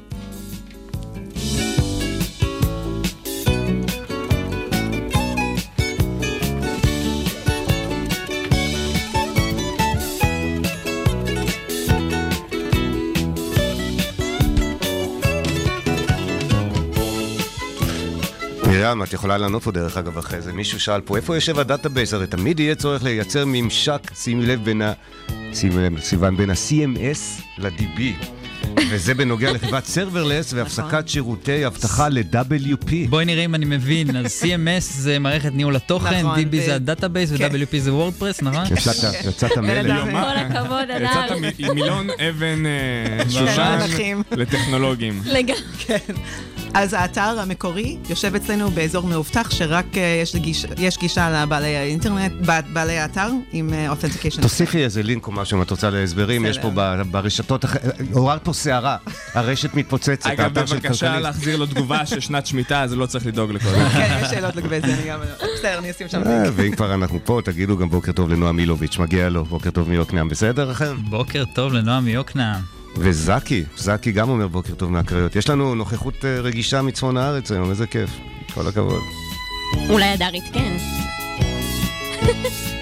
מרים, את יכולה לענות פה דרך אגב אחרי זה. מישהו שאל פה, איפה יושב הדאטאבייס? הרי תמיד יהיה צורך לייצר ממשק, שימי לב סיוון, בין ה-CMS ל-DB. וזה בנוגע לחברת סרברלס והפסקת שירותי הבטחה ל-WP. בואי נראה אם אני מבין. אז CMS זה מערכת ניהול התוכן, DB זה הדאטאבייס ו-WP זה וורדפרס, נכון? יצאת מלך. כל הכבוד, אדר. יצאת מילון אבן שושן לטכנולוגים. לגמרי. כן. אז האתר המקורי יושב אצלנו באזור מאובטח, שרק יש גישה לבעלי האינטרנט, בעלי האתר עם authentication. תוסיפי איזה לינק או משהו, אם את רוצה להסברים, יש פה ברשתות, עוררת פה שערה, הרשת מתפוצצת. אגב, בבקשה להחזיר לו תגובה ששנת שמיטה, אז לא צריך לדאוג לכל זה. כן, יש שאלות לגבי זה, אני גם... בסדר, אני אשים שם לינק. ואם כבר אנחנו פה, תגידו גם בוקר טוב לנועם מילוביץ', מגיע לו, בוקר טוב מיוקנעם, בסדר לכם? בוקר טוב לנועם מיוקנעם. וזקי גם אומר בוקר טוב מהקריות. יש לנו נוכחות רגישה מצפון הארץ היום, איזה כיף. כל הכבוד. אולי הדרית, כן.